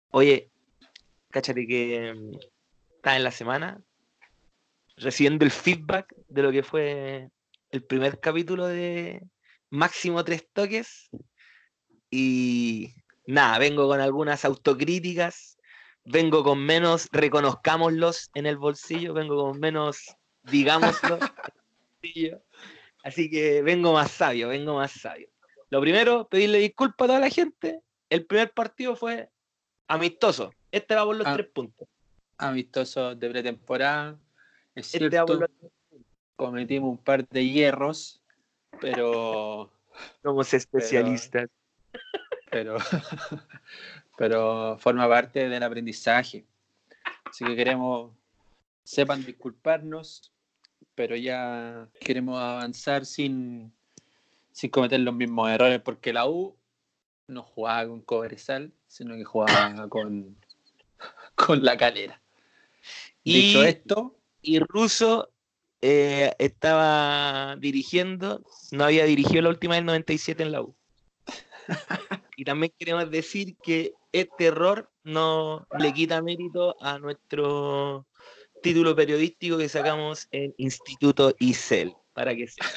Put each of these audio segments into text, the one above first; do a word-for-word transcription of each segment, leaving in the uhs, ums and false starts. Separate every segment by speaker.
Speaker 1: Oye, cáchate que mm, estaba en la semana recibiendo el feedback de lo que fue el primer capítulo de Máximo Tres Toques y nada, vengo con algunas autocríticas, vengo con menos reconozcámoslos en el bolsillo, vengo con menos digámoslo en el bolsillo, así que vengo más sabio, vengo más sabio. Lo primero, pedirle disculpas a toda la gente. El primer partido fue amistoso. Este va por los
Speaker 2: Ah,
Speaker 1: tres puntos.
Speaker 2: amistosos de pretemporada, es
Speaker 1: Este va por
Speaker 2: cierto,
Speaker 1: los...
Speaker 2: cometimos un par de hierros, pero
Speaker 1: Somos
Speaker 2: pero
Speaker 1: especialistas.
Speaker 2: pero pero forma parte del aprendizaje. Así que queremos, sepan disculparnos, pero ya queremos avanzar sin, sin cometer los mismos errores, porque la U no jugaba con Cobresal, sino que jugaba con, con La Calera. Dicho
Speaker 1: Y,
Speaker 2: esto,
Speaker 1: y Russo eh, estaba dirigiendo, no había dirigido la última del noventa y siete en la U. Y también queremos decir que este error no le quita mérito a nuestro título periodístico que sacamos en Instituto I C E L, para que sea.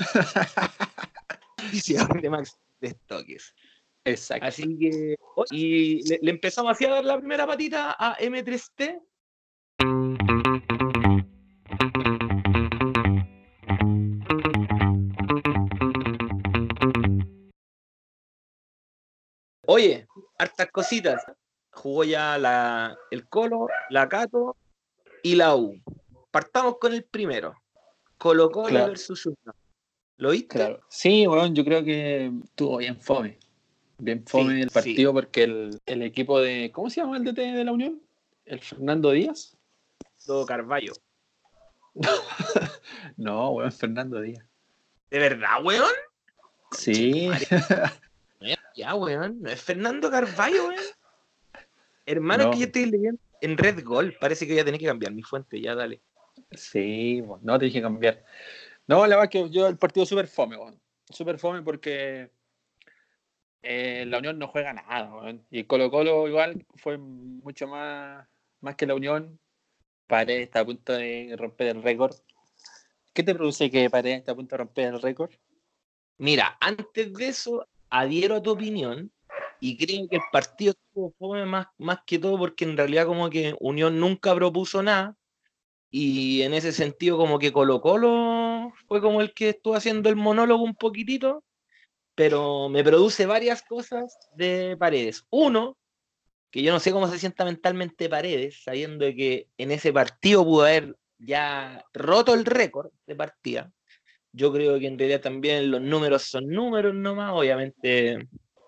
Speaker 1: De Max de Estoques.
Speaker 2: exacto.
Speaker 1: Así que, oh, y le, le empezamos así a dar la primera patita a M tres T. Oye, hartas cositas. Jugó ya la, el Colo, la Cato y la U. Partamos con el primero. Colo Colo
Speaker 2: Claro,
Speaker 1: versus Unión. ¿Lo viste?
Speaker 2: claro. Sí, bueno, yo creo que estuvo bien fome. Bien
Speaker 1: Sí,
Speaker 2: fome el
Speaker 1: sí.
Speaker 2: partido porque el, el equipo de. ¿Cómo se llama el D T de la Unión? ¿El Fernando Díaz?
Speaker 1: Todo Carballo.
Speaker 2: No, weón, Fernando Díaz.
Speaker 1: ¿De verdad, weón? Conche tu
Speaker 2: Sí.
Speaker 1: madre. Ya, weón. No es Fernando Carballo, weón. Hermano, es que yo
Speaker 2: No,
Speaker 1: estoy leyendo en Red Gol. Parece que voy a tener que cambiar mi fuente. Ya, dale.
Speaker 2: sí, bueno, no te dije cambiar. No, la verdad es que yo el partido súper fome, weón. Súper fome porque eh, la Unión no juega nada, weón. Y Colo Colo igual fue mucho más, más que la Unión. Paredes está a punto de romper el récord. ¿Qué te produce que Paredes está a punto de romper el récord?
Speaker 1: Mira, antes de eso, adhiero a tu opinión y creo que el partido estuvo fome más, más que todo porque en realidad como que Unión nunca propuso nada y en ese sentido como que Colo Colo fue como el que estuvo haciendo el monólogo un poquitito, pero me produce varias cosas de Paredes. Uno, que yo no sé cómo se sienta mentalmente Paredes, sabiendo de que en ese partido pudo haber ya roto el récord de partida. Yo creo que en realidad también los números son números nomás, obviamente.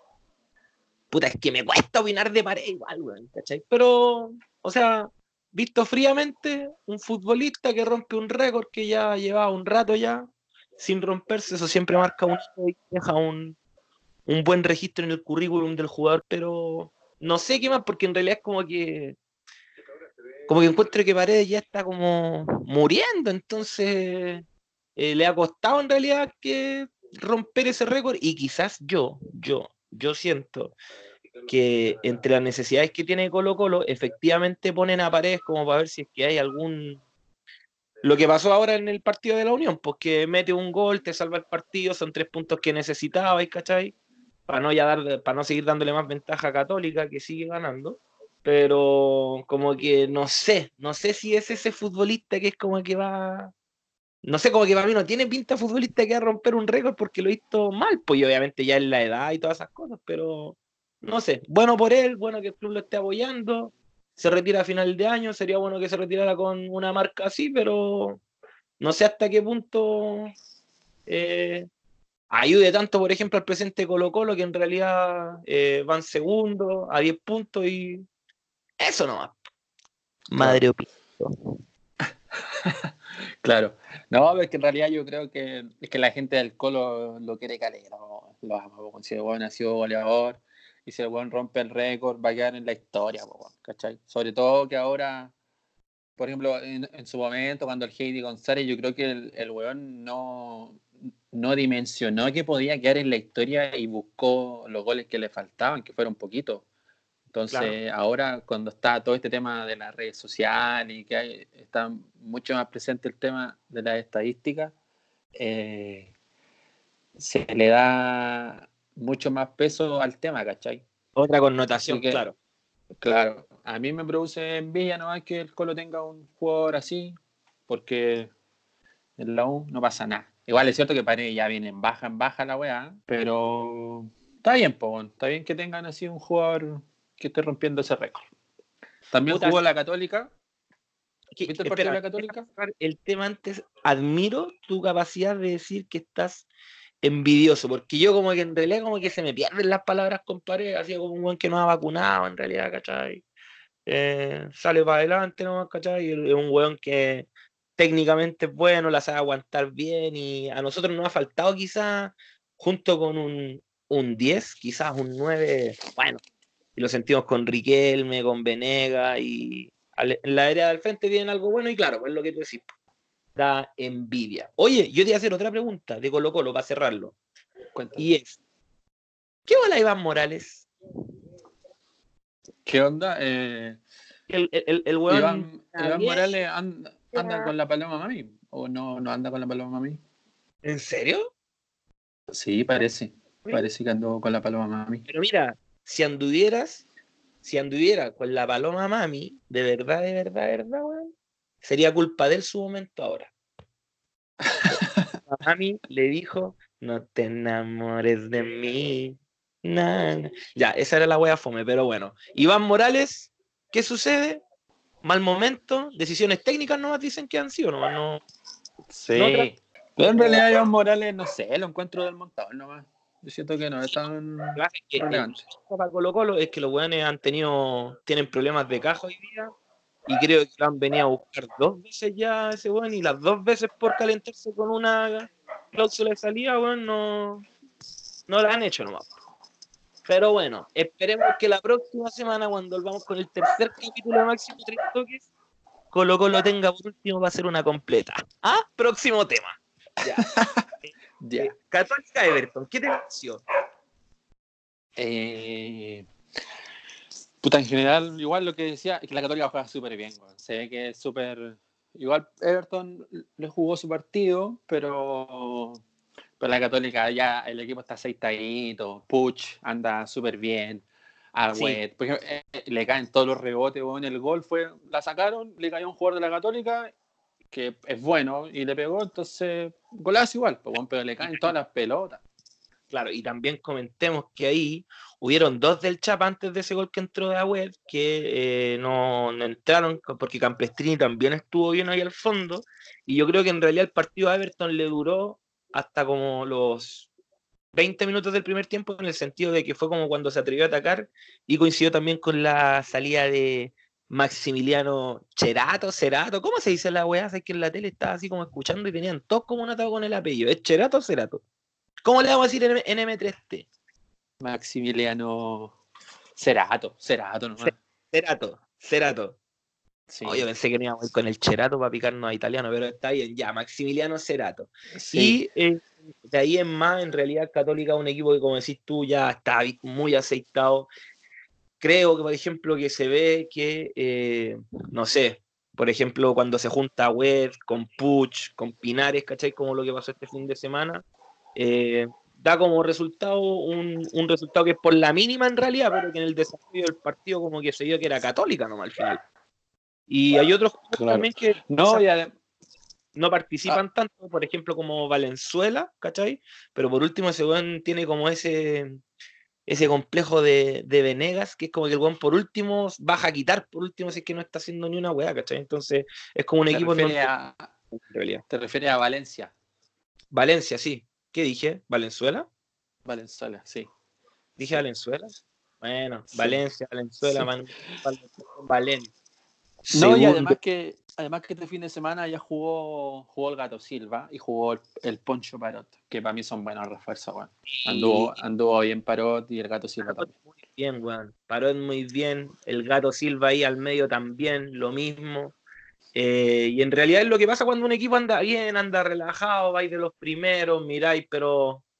Speaker 1: Puta, es que me cuesta opinar de Paredes igual, weón, ¿cachai? Pero, o sea, visto fríamente, un futbolista que rompe un récord que ya llevaba un rato ya, sin romperse, eso siempre marca un hito y deja un, un buen registro en el currículum del jugador, pero no sé qué más, porque en realidad es como que como que encuentro que Paredes ya está como muriendo, entonces eh, le ha costado en realidad que romper ese récord y quizás yo, yo, yo siento que entre las necesidades que tiene Colo Colo, efectivamente ponen a Paredes como para ver si es que hay algún... Lo que pasó ahora en el partido de la Unión, pues que mete un gol, te salva el partido, son tres puntos que necesitaba, ¿cachai? Para no, ya dar, para no seguir dándole más ventaja a Católica, que sigue ganando. Pero como que no sé, no sé si es ese futbolista que es como que va... No sé, como que para mí no tiene pinta futbolista que va a romper un récord porque lo hizo mal, pues y obviamente ya es la edad y todas esas cosas, pero no sé, bueno por él, bueno que el club lo esté apoyando, se retira a final de año, sería bueno que se retirara con una marca así, pero no sé hasta qué punto eh, ayude tanto, por ejemplo, al presente Colo Colo, que en realidad eh, van segundo a diez puntos y eso nomás.
Speaker 2: Claro,
Speaker 1: Madre opito.
Speaker 2: claro. No, pero es que en realidad yo creo que es que la gente del Colo lo quiere calera, ¿no? Lo ama, po. Si el weón ha sido goleador y si el weón rompe el récord, va a quedar en la historia, po, ¿cachai? Sobre todo que ahora, por ejemplo, en, en su momento, cuando el Heidi González, yo creo que el, el weón no, no dimensionó que podía quedar en la historia y buscó los goles que le faltaban, que fueron poquitos. Entonces,
Speaker 1: Claro.
Speaker 2: ahora cuando está todo este tema de las redes sociales y que hay, está mucho más presente el tema de las estadísticas, eh, se le da mucho más peso al tema, ¿cachai?
Speaker 1: Otra
Speaker 2: Así
Speaker 1: connotación,
Speaker 2: que,
Speaker 1: claro.
Speaker 2: claro, a mí me produce envidia nomás que el Colo tenga un jugador así, porque en la U no pasa nada. Igual es cierto que Paredes ya viene en baja, en baja la weá, pero está bien, po, weón. Está bien que tengan así un jugador que esté rompiendo ese récord. También
Speaker 1: Puta,
Speaker 2: jugó la Católica.
Speaker 1: que-
Speaker 2: ¿Viste el partido de
Speaker 1: espera,
Speaker 2: la Católica?
Speaker 1: el tema antes, admiro tu capacidad de decir que estás envidioso, porque yo como que en realidad como que se me pierden las palabras con Paredes, así como un buen que no ha vacunado en realidad, ¿cachai? Eh, sale para adelante nomás, ¿cachai? Y es un weón que técnicamente es bueno, la sabe aguantar bien y a nosotros nos ha faltado quizás, junto con un, un diez, quizás un nueve bueno, y lo sentimos con Riquelme, con Venega y al- en la área del frente tienen algo bueno y claro, pues es lo que tú decís, da envidia. Oye, yo te voy a hacer otra pregunta de Colo Colo para cerrarlo
Speaker 2: Cuéntame.
Speaker 1: y es, ¿qué bola Iván Morales?
Speaker 2: ¿Qué onda? Eh,
Speaker 1: El, el, el, el weón
Speaker 2: Iván,
Speaker 1: está
Speaker 2: Iván
Speaker 1: bien.
Speaker 2: Morales anda, anda con la Paloma Mami. ¿O no, no anda con la Paloma Mami?
Speaker 1: ¿En serio?
Speaker 2: Sí, parece. Parece que andó con la Paloma Mami.
Speaker 1: Pero mira, si anduvieras, si anduviera con la paloma mami, de verdad, de verdad, de verdad, weón, sería culpa de él su momento ahora. La mami le dijo, no te enamores de mí. Na, na. Ya, esa era la wea fome, pero bueno. Iván Morales, ¿qué sucede? Mal momento, decisiones técnicas nomás dicen que han sido, nomás no, no otra
Speaker 2: Sí. Pero en
Speaker 1: como
Speaker 2: realidad Iván Morales, no sé, lo encuentro del montón nomás. Yo siento que no es tan
Speaker 1: clase que el
Speaker 2: relevante.
Speaker 1: para Colo Colo es que los weones han tenido, tienen problemas de caja hoy día y creo que lo han venido a buscar dos veces ya ese weón y las dos veces por calentarse con una cláusula de salida, weón, no, no la han hecho nomás. Pero bueno, esperemos que la próxima semana, cuando volvamos con el tercer capítulo de Máximo Tres Toques, Colo Colo tenga por último va a ser una completa. Ah, próximo tema. Ya.
Speaker 2: Ya.
Speaker 1: Eh, Católica Everton, ¿qué te pareció?
Speaker 2: Eh, puta, en general, igual lo que decía, es que la Católica juega súper bien, weón. Se ve que es súper. Igual Everton le jugó su partido, pero. Pero la Católica ya el equipo está aceitadito, Puch anda súper bien,
Speaker 1: Sí,
Speaker 2: Agüet, por ejemplo, eh, le caen todos los rebotes, weón. El gol fue, la sacaron, le cayó un jugador de la Católica que es bueno y le pegó, entonces golazo igual, pues, weón, pero le
Speaker 1: y
Speaker 2: caen todas las pelotas.
Speaker 1: claro, y también comentemos que ahí hubieron dos del Chapa antes de ese gol que entró de Agüed que eh, no, no entraron porque Campestrini también estuvo bien ahí al fondo. Y yo creo que en realidad el partido a Everton le duró hasta como los veinte minutos del primer tiempo, en el sentido de que fue como cuando se atrevió a atacar y coincidió también con la salida de Maximiliano Cherato, Cerato, ¿cómo se dice la weá? Es que en la tele estaba así como escuchando y tenían todos como un atado con el apellido. ¿Es Cherato o Cerato? ¿Cómo le vamos a decir en, en M tres T?
Speaker 2: Maximiliano Cerato, Cerato nomás.
Speaker 1: Cerato, Cerato. Oh, yo
Speaker 2: Sí,
Speaker 1: pensé que no íbamos a ir con el Cerato para picarnos a italiano, pero está bien, ya, Maximiliano Cerato.
Speaker 2: sí.
Speaker 1: Y eh, de ahí en más, en realidad, Católica es un equipo que, como decís tú, ya está muy aceitado. Creo que, por ejemplo, que se ve que, eh, no sé, por ejemplo, cuando se junta Web con Puch, con Pinares, ¿cachai? Como lo que pasó este fin de semana, eh, da como resultado un, un resultado que es por la mínima en realidad, pero que en el desarrollo del partido como que se vio que era Católica nomás al final. Y hay otros jugadores
Speaker 2: Claro.
Speaker 1: también que
Speaker 2: No,
Speaker 1: quizás
Speaker 2: y además.
Speaker 1: no
Speaker 2: Ah,
Speaker 1: participan tanto, por ejemplo, como Valenzuela, ¿cachai? Pero por último ese weón tiene como ese, ese complejo de, de Venegas, que es como que el weón por último baja a quitar, por último si es que no está haciendo ni una weá, ¿cachai? Entonces es como un
Speaker 2: te
Speaker 1: equipo en
Speaker 2: refieres
Speaker 1: donde,
Speaker 2: a,
Speaker 1: en realidad.
Speaker 2: te refieres a Valencia.
Speaker 1: Valencia, sí. ¿Qué dije? ¿Valenzuela?
Speaker 2: Valenzuela, sí.
Speaker 1: ¿Dije
Speaker 2: Sí,
Speaker 1: Valenzuela? Bueno,
Speaker 2: sí,
Speaker 1: Valencia, Valenzuela,
Speaker 2: sí.
Speaker 1: Man- Valencia.
Speaker 2: No, y
Speaker 1: Segundo.
Speaker 2: además que, además que este fin de semana ya jugó, jugó el Gato Silva y jugó el, el Poncho Parot, que para mí son buenos refuerzos, bueno.
Speaker 1: Y
Speaker 2: Anduvo, anduvo bien Parot y el Gato Silva
Speaker 1: Paró
Speaker 2: también.
Speaker 1: muy bien, weón. Paró muy bien. El Gato Silva ahí al medio también, lo mismo. Eh, y en realidad es lo que pasa cuando un equipo anda bien, anda relajado, vais de los primeros, miráis, pero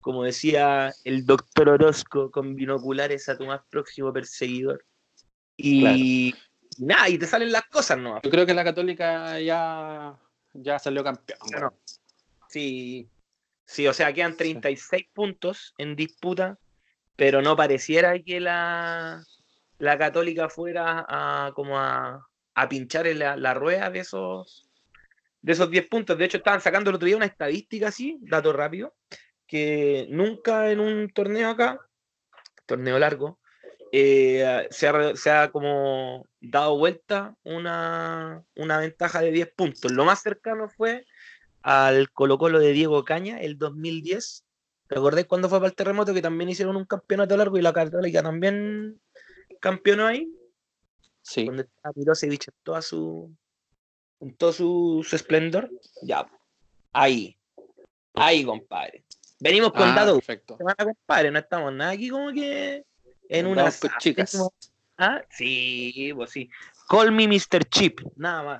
Speaker 1: como decía el doctor Orozco, con binoculares a tu más próximo perseguidor.
Speaker 2: Claro.
Speaker 1: Y nada, y te salen las cosas, ¿no?
Speaker 2: Yo creo que la Católica ya, ya salió campeón.
Speaker 1: Bueno,
Speaker 2: Bueno.
Speaker 1: sí, sí, o sea, quedan
Speaker 2: Sí.
Speaker 1: treinta y seis puntos en disputa, pero no pareciera que la, la Católica fuera a, como a, a pinchar en la, la rueda de esos, de esos diez puntos. De hecho, estaban sacando el otro día una estadística así, dato rápido, que nunca en un torneo acá, torneo largo, eh, se, ha, se, ha, como dado vuelta una, una ventaja de diez puntos. Lo más cercano fue al Colo-Colo de Diego Caña el dos mil diez. ¿Te acordás cuando fue para el terremoto que también hicieron un campeonato largo y la Católica también campeonó ahí?
Speaker 2: Sí.
Speaker 1: Donde estaba Milosevic en toda su en todo su, su esplendor. Ya, ahí, ahí, compadre. Venimos con
Speaker 2: Ah,
Speaker 1: datos.
Speaker 2: perfecto.
Speaker 1: Semana, compadre, no estamos nada aquí como que en una
Speaker 2: Andamos con chicas.
Speaker 1: ¿Ah? Sí, pues sí. Call me mister Chip, nada más.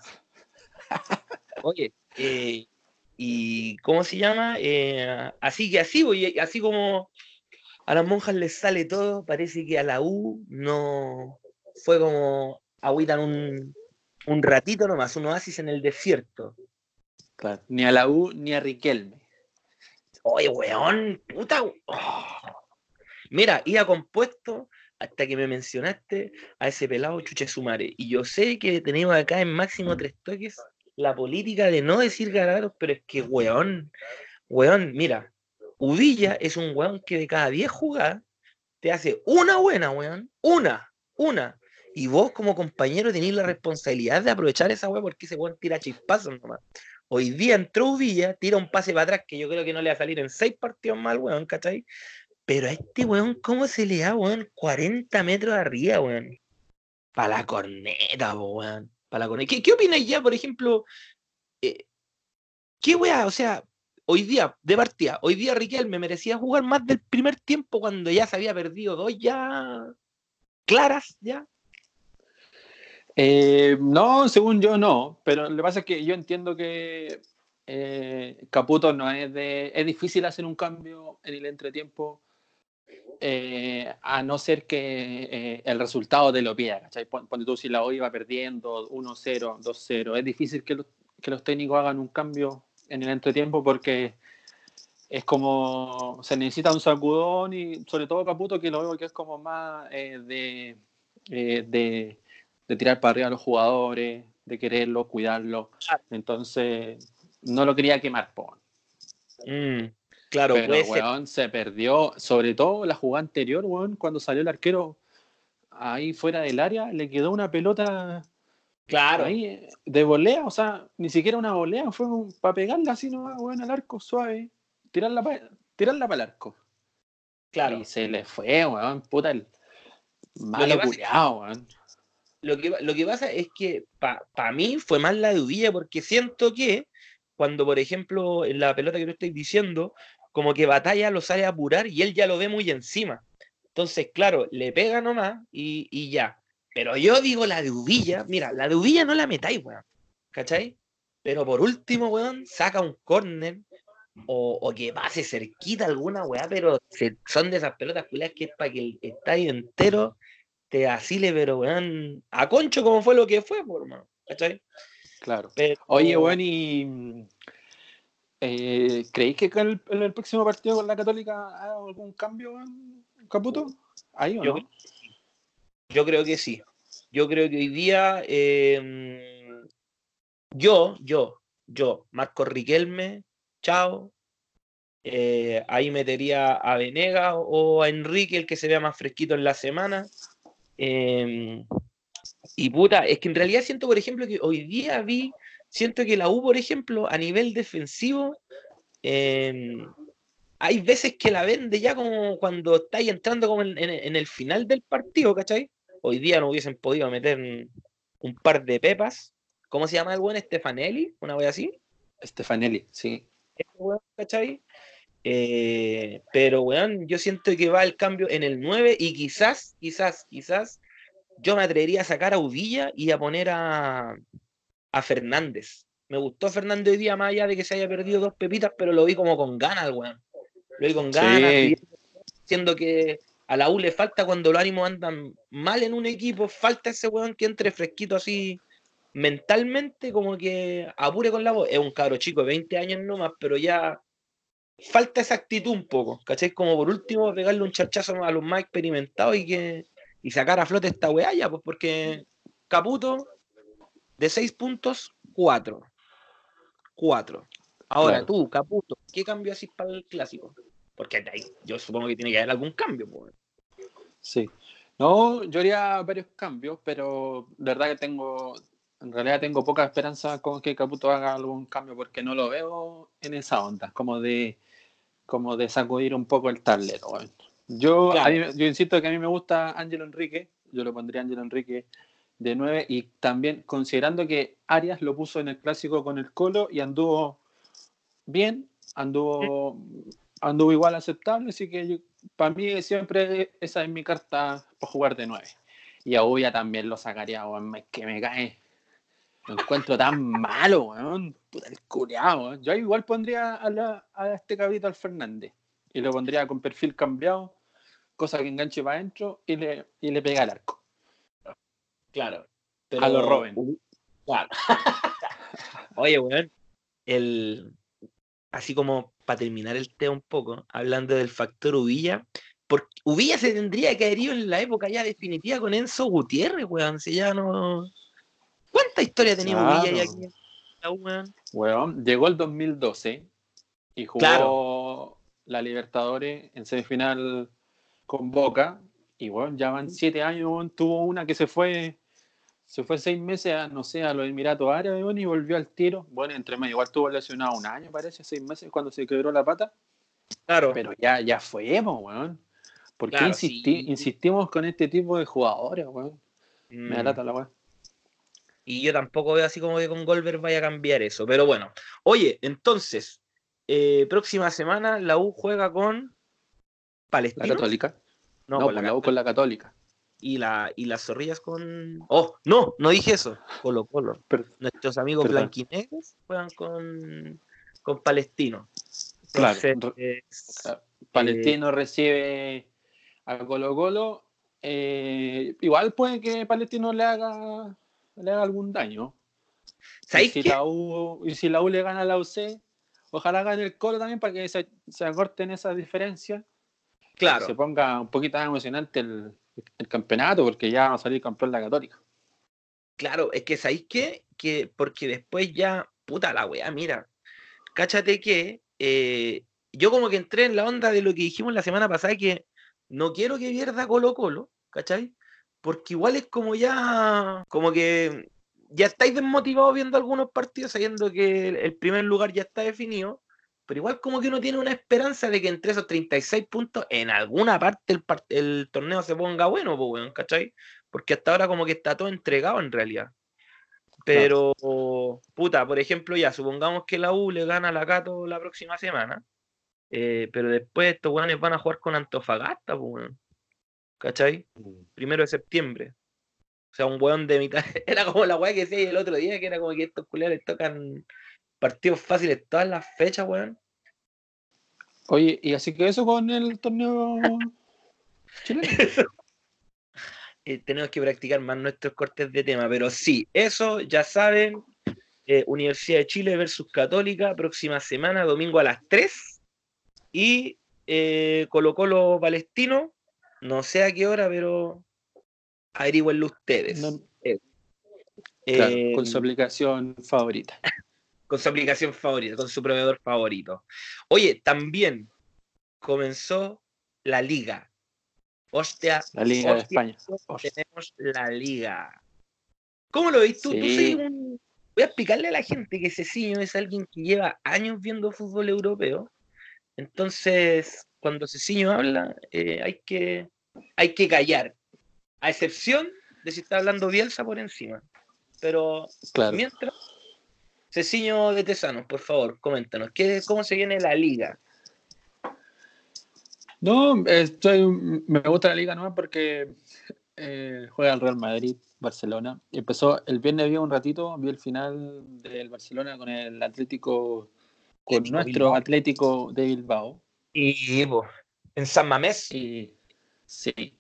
Speaker 1: Oye, eh, ¿y cómo se llama? Eh, así que así, oye, así como a las monjas les sale todo, parece que a la U no fue como agüitan un, un ratito nomás, un oasis en el desierto.
Speaker 2: Claro. Ni a la U ni a Riquelme.
Speaker 1: Oye, weón, puta. Oh. Mira, iba compuesto hasta que me mencionaste a ese pelado Chuche Sumare. Y yo sé que tenemos acá en máximo tres toques la política de no decir garabatos, pero es que, weón, weón, mira, Uvilla es un weón que de cada diez jugadas te hace una buena, weón, una, una. Y vos como compañero tenés la responsabilidad de aprovechar esa weón porque ese weón tira chispazos nomás. Hoy día entró Uvilla, tira un pase para atrás que yo creo que no le va a salir en seis partidos más, weón, ¿cachai? Pero a este weón, ¿cómo se le da, weón? cuarenta metros de arriba, weón. Para la corneta, weón. Para la corneta. ¿Qué, qué opinas ya, por ejemplo? Eh, ¿Qué weá? O sea, hoy día, de partida, hoy día Riquelme merecía jugar más del primer tiempo cuando ya se había perdido dos ya claras, ya.
Speaker 2: Eh, no, según yo no, pero lo que pasa es que yo entiendo que eh, Caputo no es de... Es difícil hacer un cambio en el entretiempo eh, a no ser que eh, el resultado te lo pida, ¿cachai? Ponte tú si la U iba perdiendo uno cero, dos cero, es difícil que los, que los técnicos hagan un cambio en el entretiempo porque es como se necesita un sacudón y sobre todo Caputo que lo veo que es como más eh, de, eh, de, de tirar para arriba a los jugadores, de quererlos, cuidarlos, entonces no lo quería quemar, po.
Speaker 1: Mm, claro,
Speaker 2: Pero,
Speaker 1: puede ser.
Speaker 2: weón, se perdió, sobre todo la jugada anterior, weón, cuando salió el arquero ahí fuera del área, le quedó una pelota
Speaker 1: Claro,
Speaker 2: ahí de volea, o sea, ni siquiera una volea, fue para pegarla así nomás, weón, al arco suave, tirarla para tirarla para el arco. Y
Speaker 1: claro.
Speaker 2: se le fue, weón, puta el
Speaker 1: Lo que
Speaker 2: malo
Speaker 1: pasa,
Speaker 2: culiao, weón.
Speaker 1: lo que, lo que pasa es que para pa mí fue más la de Uvilla porque siento que cuando, por ejemplo, en la pelota que tú estás diciendo, como que Batalla lo sale a apurar y él ya lo ve muy encima. Entonces, claro, le pega nomás y, y ya. Pero yo digo la de Uvilla, mira, la de Uvilla no la metáis, weón. ¿Cachai? Pero por último, weón, saca un córner o, o que pase cerquita alguna weá, pero se, son de esas pelotas culiadas que es para que el estadio entero te asile, pero weón, a concho como fue lo que fue, por hermano. ¿Cachai?
Speaker 2: Claro.
Speaker 1: Pero.
Speaker 2: Oye, weón, y eh, ¿creéis que en el, en el próximo partido con la Católica haga algún cambio, weón, Caputo? ¿Ahí o
Speaker 1: Yo,
Speaker 2: no?
Speaker 1: yo creo que sí. Yo creo que hoy día eh, yo, yo, yo, Marco Riquelme, chao. Eh, ahí metería a Venega o a Enrique, el que se vea más fresquito en la semana. Eh, y puta, es que en realidad siento, por ejemplo, que hoy día vi, siento que la U, por ejemplo, a nivel defensivo, eh, hay veces que la vende ya como cuando estáis entrando como en, en, en el final del partido, ¿cachai? Hoy día no hubiesen podido meter un, un par de pepas. ¿Cómo se llama el buen Stefanelli? Una wea así.
Speaker 2: Stefanelli, sí.
Speaker 1: ¿Cachai? Eh, pero, weón, yo siento que va el cambio en el nueve y quizás, quizás, quizás yo me atrevería a sacar a Uvilla y a poner a, a Fernández. Me gustó Fernández hoy día, más allá de que se haya perdido dos pepitas, pero lo vi como con ganas, weón. lo vi con ganas,
Speaker 2: Sí,
Speaker 1: diciendo que a la U le falta cuando los ánimos andan mal en un equipo, falta ese weón que entre fresquito así mentalmente, como que apure con la voz. Es un cabro chico de veinte años nomás, pero ya falta esa actitud un poco, ¿cachai? Como por último pegarle un charchazo a los más experimentados y que y sacar a flote esta weá ya, pues porque Caputo de seis puntos, cuatro. cuatro. Ahora
Speaker 2: claro.
Speaker 1: tú, Caputo, ¿qué cambio haces para el clásico? Porque ahí, yo supongo que tiene que haber algún cambio, pues.
Speaker 2: Sí. No, yo haría varios cambios, pero de verdad que tengo, en realidad tengo poca esperanza con que Caputo haga algún cambio porque no lo veo en esa onda, como de, como de sacudir un poco el tablero. Bueno. Yo, a mí,
Speaker 1: Claro,
Speaker 2: yo insisto que a mí me gusta Ángelo Enrique, yo lo pondría Ángelo Enrique de nueve y también considerando que Arias lo puso en el clásico con el Colo y anduvo bien, anduvo, anduvo igual aceptable, así que yo, para mí siempre esa es mi carta para jugar de nueve. Y a Uya también lo sacaría, weón, es que me cae. Lo encuentro tan malo, weón. Puta el culiao, weón. Yo igual pondría a, la, a este cabrito al Fernández. Y lo pondría con perfil cambiado, cosa que enganche para adentro y le, y le pega al arco.
Speaker 1: claro.
Speaker 2: A los
Speaker 1: Pero,
Speaker 2: Robin.
Speaker 1: claro. Oye, weón, el, así como para terminar el tema un poco, hablando del factor Uvilla, porque Uvilla se tendría que haber ido en la época ya definitiva con Enzo Gutiérrez, weón, si ya no... ¿Cuánta historia tenía Uvilla ahí
Speaker 2: Claro,
Speaker 1: aquí en la U, weón?
Speaker 2: weón. Llegó el dos mil doce y
Speaker 1: Claro,
Speaker 2: jugó la Libertadores en semifinal con Boca. Y bueno, ya van siete años, bueno, tuvo una que se fue, se fue seis meses a, no sé, a los Emiratos Árabes, bueno, y volvió al tiro. Bueno, entre medio igual tuvo lesionado un año, parece, seis meses cuando se quebró la pata.
Speaker 1: claro,
Speaker 2: Pero ya, ya fue, po, weón. ¿Por qué
Speaker 1: claro,
Speaker 2: insisti-
Speaker 1: sí.
Speaker 2: insistimos con este tipo de jugadores, weón? Me da
Speaker 1: Mm.
Speaker 2: lata la weón.
Speaker 1: Y yo tampoco veo así como que con Goldberg vaya a cambiar eso. Pero bueno, oye, entonces, eh, próxima semana la U juega con
Speaker 2: La
Speaker 1: Palestino.
Speaker 2: Católica.
Speaker 1: No,
Speaker 2: No,
Speaker 1: con la
Speaker 2: pues la U con
Speaker 1: Católica.
Speaker 2: la Católica.
Speaker 1: Y, la, y las zorrillas con. Oh, no, no dije eso. Colo Colo.
Speaker 2: Per-
Speaker 1: Nuestros amigos
Speaker 2: perdón.
Speaker 1: blanquinegros juegan con, con Palestino.
Speaker 2: Claro.
Speaker 1: Entonces,
Speaker 2: R-
Speaker 1: eh,
Speaker 2: Palestino recibe a Colo Colo. Eh, igual puede que Palestino le haga, le haga algún daño. Y
Speaker 1: ¿sabéis
Speaker 2: si
Speaker 1: qué?
Speaker 2: la U, y si la U le gana a la U C, ojalá gane el Colo también para que se, se acorten esas diferencias y se
Speaker 1: Claro,
Speaker 2: ponga un poquito más emocionante el, el campeonato, porque ya va a salir campeón la Católica.
Speaker 1: claro, es que ¿sabéis qué? Que porque después ya, puta la weá, mira, cáchate que eh, yo como que entré en la onda de lo que dijimos la semana pasada, que no quiero que pierda Colo Colo, ¿cachai? Porque igual es como ya, como que ya estáis desmotivados viendo algunos partidos sabiendo que el, el primer lugar ya está definido, pero igual como que uno tiene una esperanza de que entre esos treinta y seis puntos en alguna parte el, par- el torneo se ponga bueno, pues, weón, ¿cachai? Porque hasta ahora como que está todo entregado en realidad.
Speaker 2: Claro.
Speaker 1: Pero, puta, por ejemplo, ya, supongamos que la U le gana a la Cato la próxima semana, eh, pero después estos weones van a jugar con Antofagasta, pues, weón, ¿cachai? Primero de septiembre. O sea, un weón de mitad. Era como la weá que decía el otro día, que era como que estos culiados tocan partidos fáciles todas las fechas, weón.
Speaker 2: Oye, y así que eso con el torneo chileno.
Speaker 1: Eh, tenemos que practicar más nuestros cortes de tema, pero sí, eso ya saben. eh, Universidad de Chile versus Católica, próxima semana, domingo a las tres. Y eh, Colo Colo Palestino, no sé a qué hora, pero averigüenlo ustedes.
Speaker 2: No,
Speaker 1: Eh,
Speaker 2: claro,
Speaker 1: eh,
Speaker 2: con su aplicación favorita.
Speaker 1: con su aplicación favorita, con su proveedor favorito. Oye, también comenzó la liga. Hostia,
Speaker 2: La Liga de
Speaker 1: hostia,
Speaker 2: España. Hostia.
Speaker 1: tenemos la liga. ¿Cómo lo ves tú? Tú soy
Speaker 2: Sí,
Speaker 1: un... Voy a explicarle a la gente que Ceciño es alguien que lleva años viendo fútbol europeo. Entonces, cuando Ceciño habla, eh, hay que, hay que callar. A excepción de si está hablando Bielsa por encima. Pero
Speaker 2: claro.
Speaker 1: mientras, Ceciño de Tesanos, por favor, coméntanos, ¿qué, ¿cómo se viene la liga?
Speaker 2: No, estoy, me gusta la Liga nueva porque eh, juega el Real Madrid, Barcelona. Empezó el viernes, vi un ratito, vi el final del Barcelona con el Atlético, con
Speaker 1: Atlético
Speaker 2: nuestro
Speaker 1: Bilbao.
Speaker 2: Atlético de Bilbao.
Speaker 1: Y po, en San Mamés.
Speaker 2: Y sí,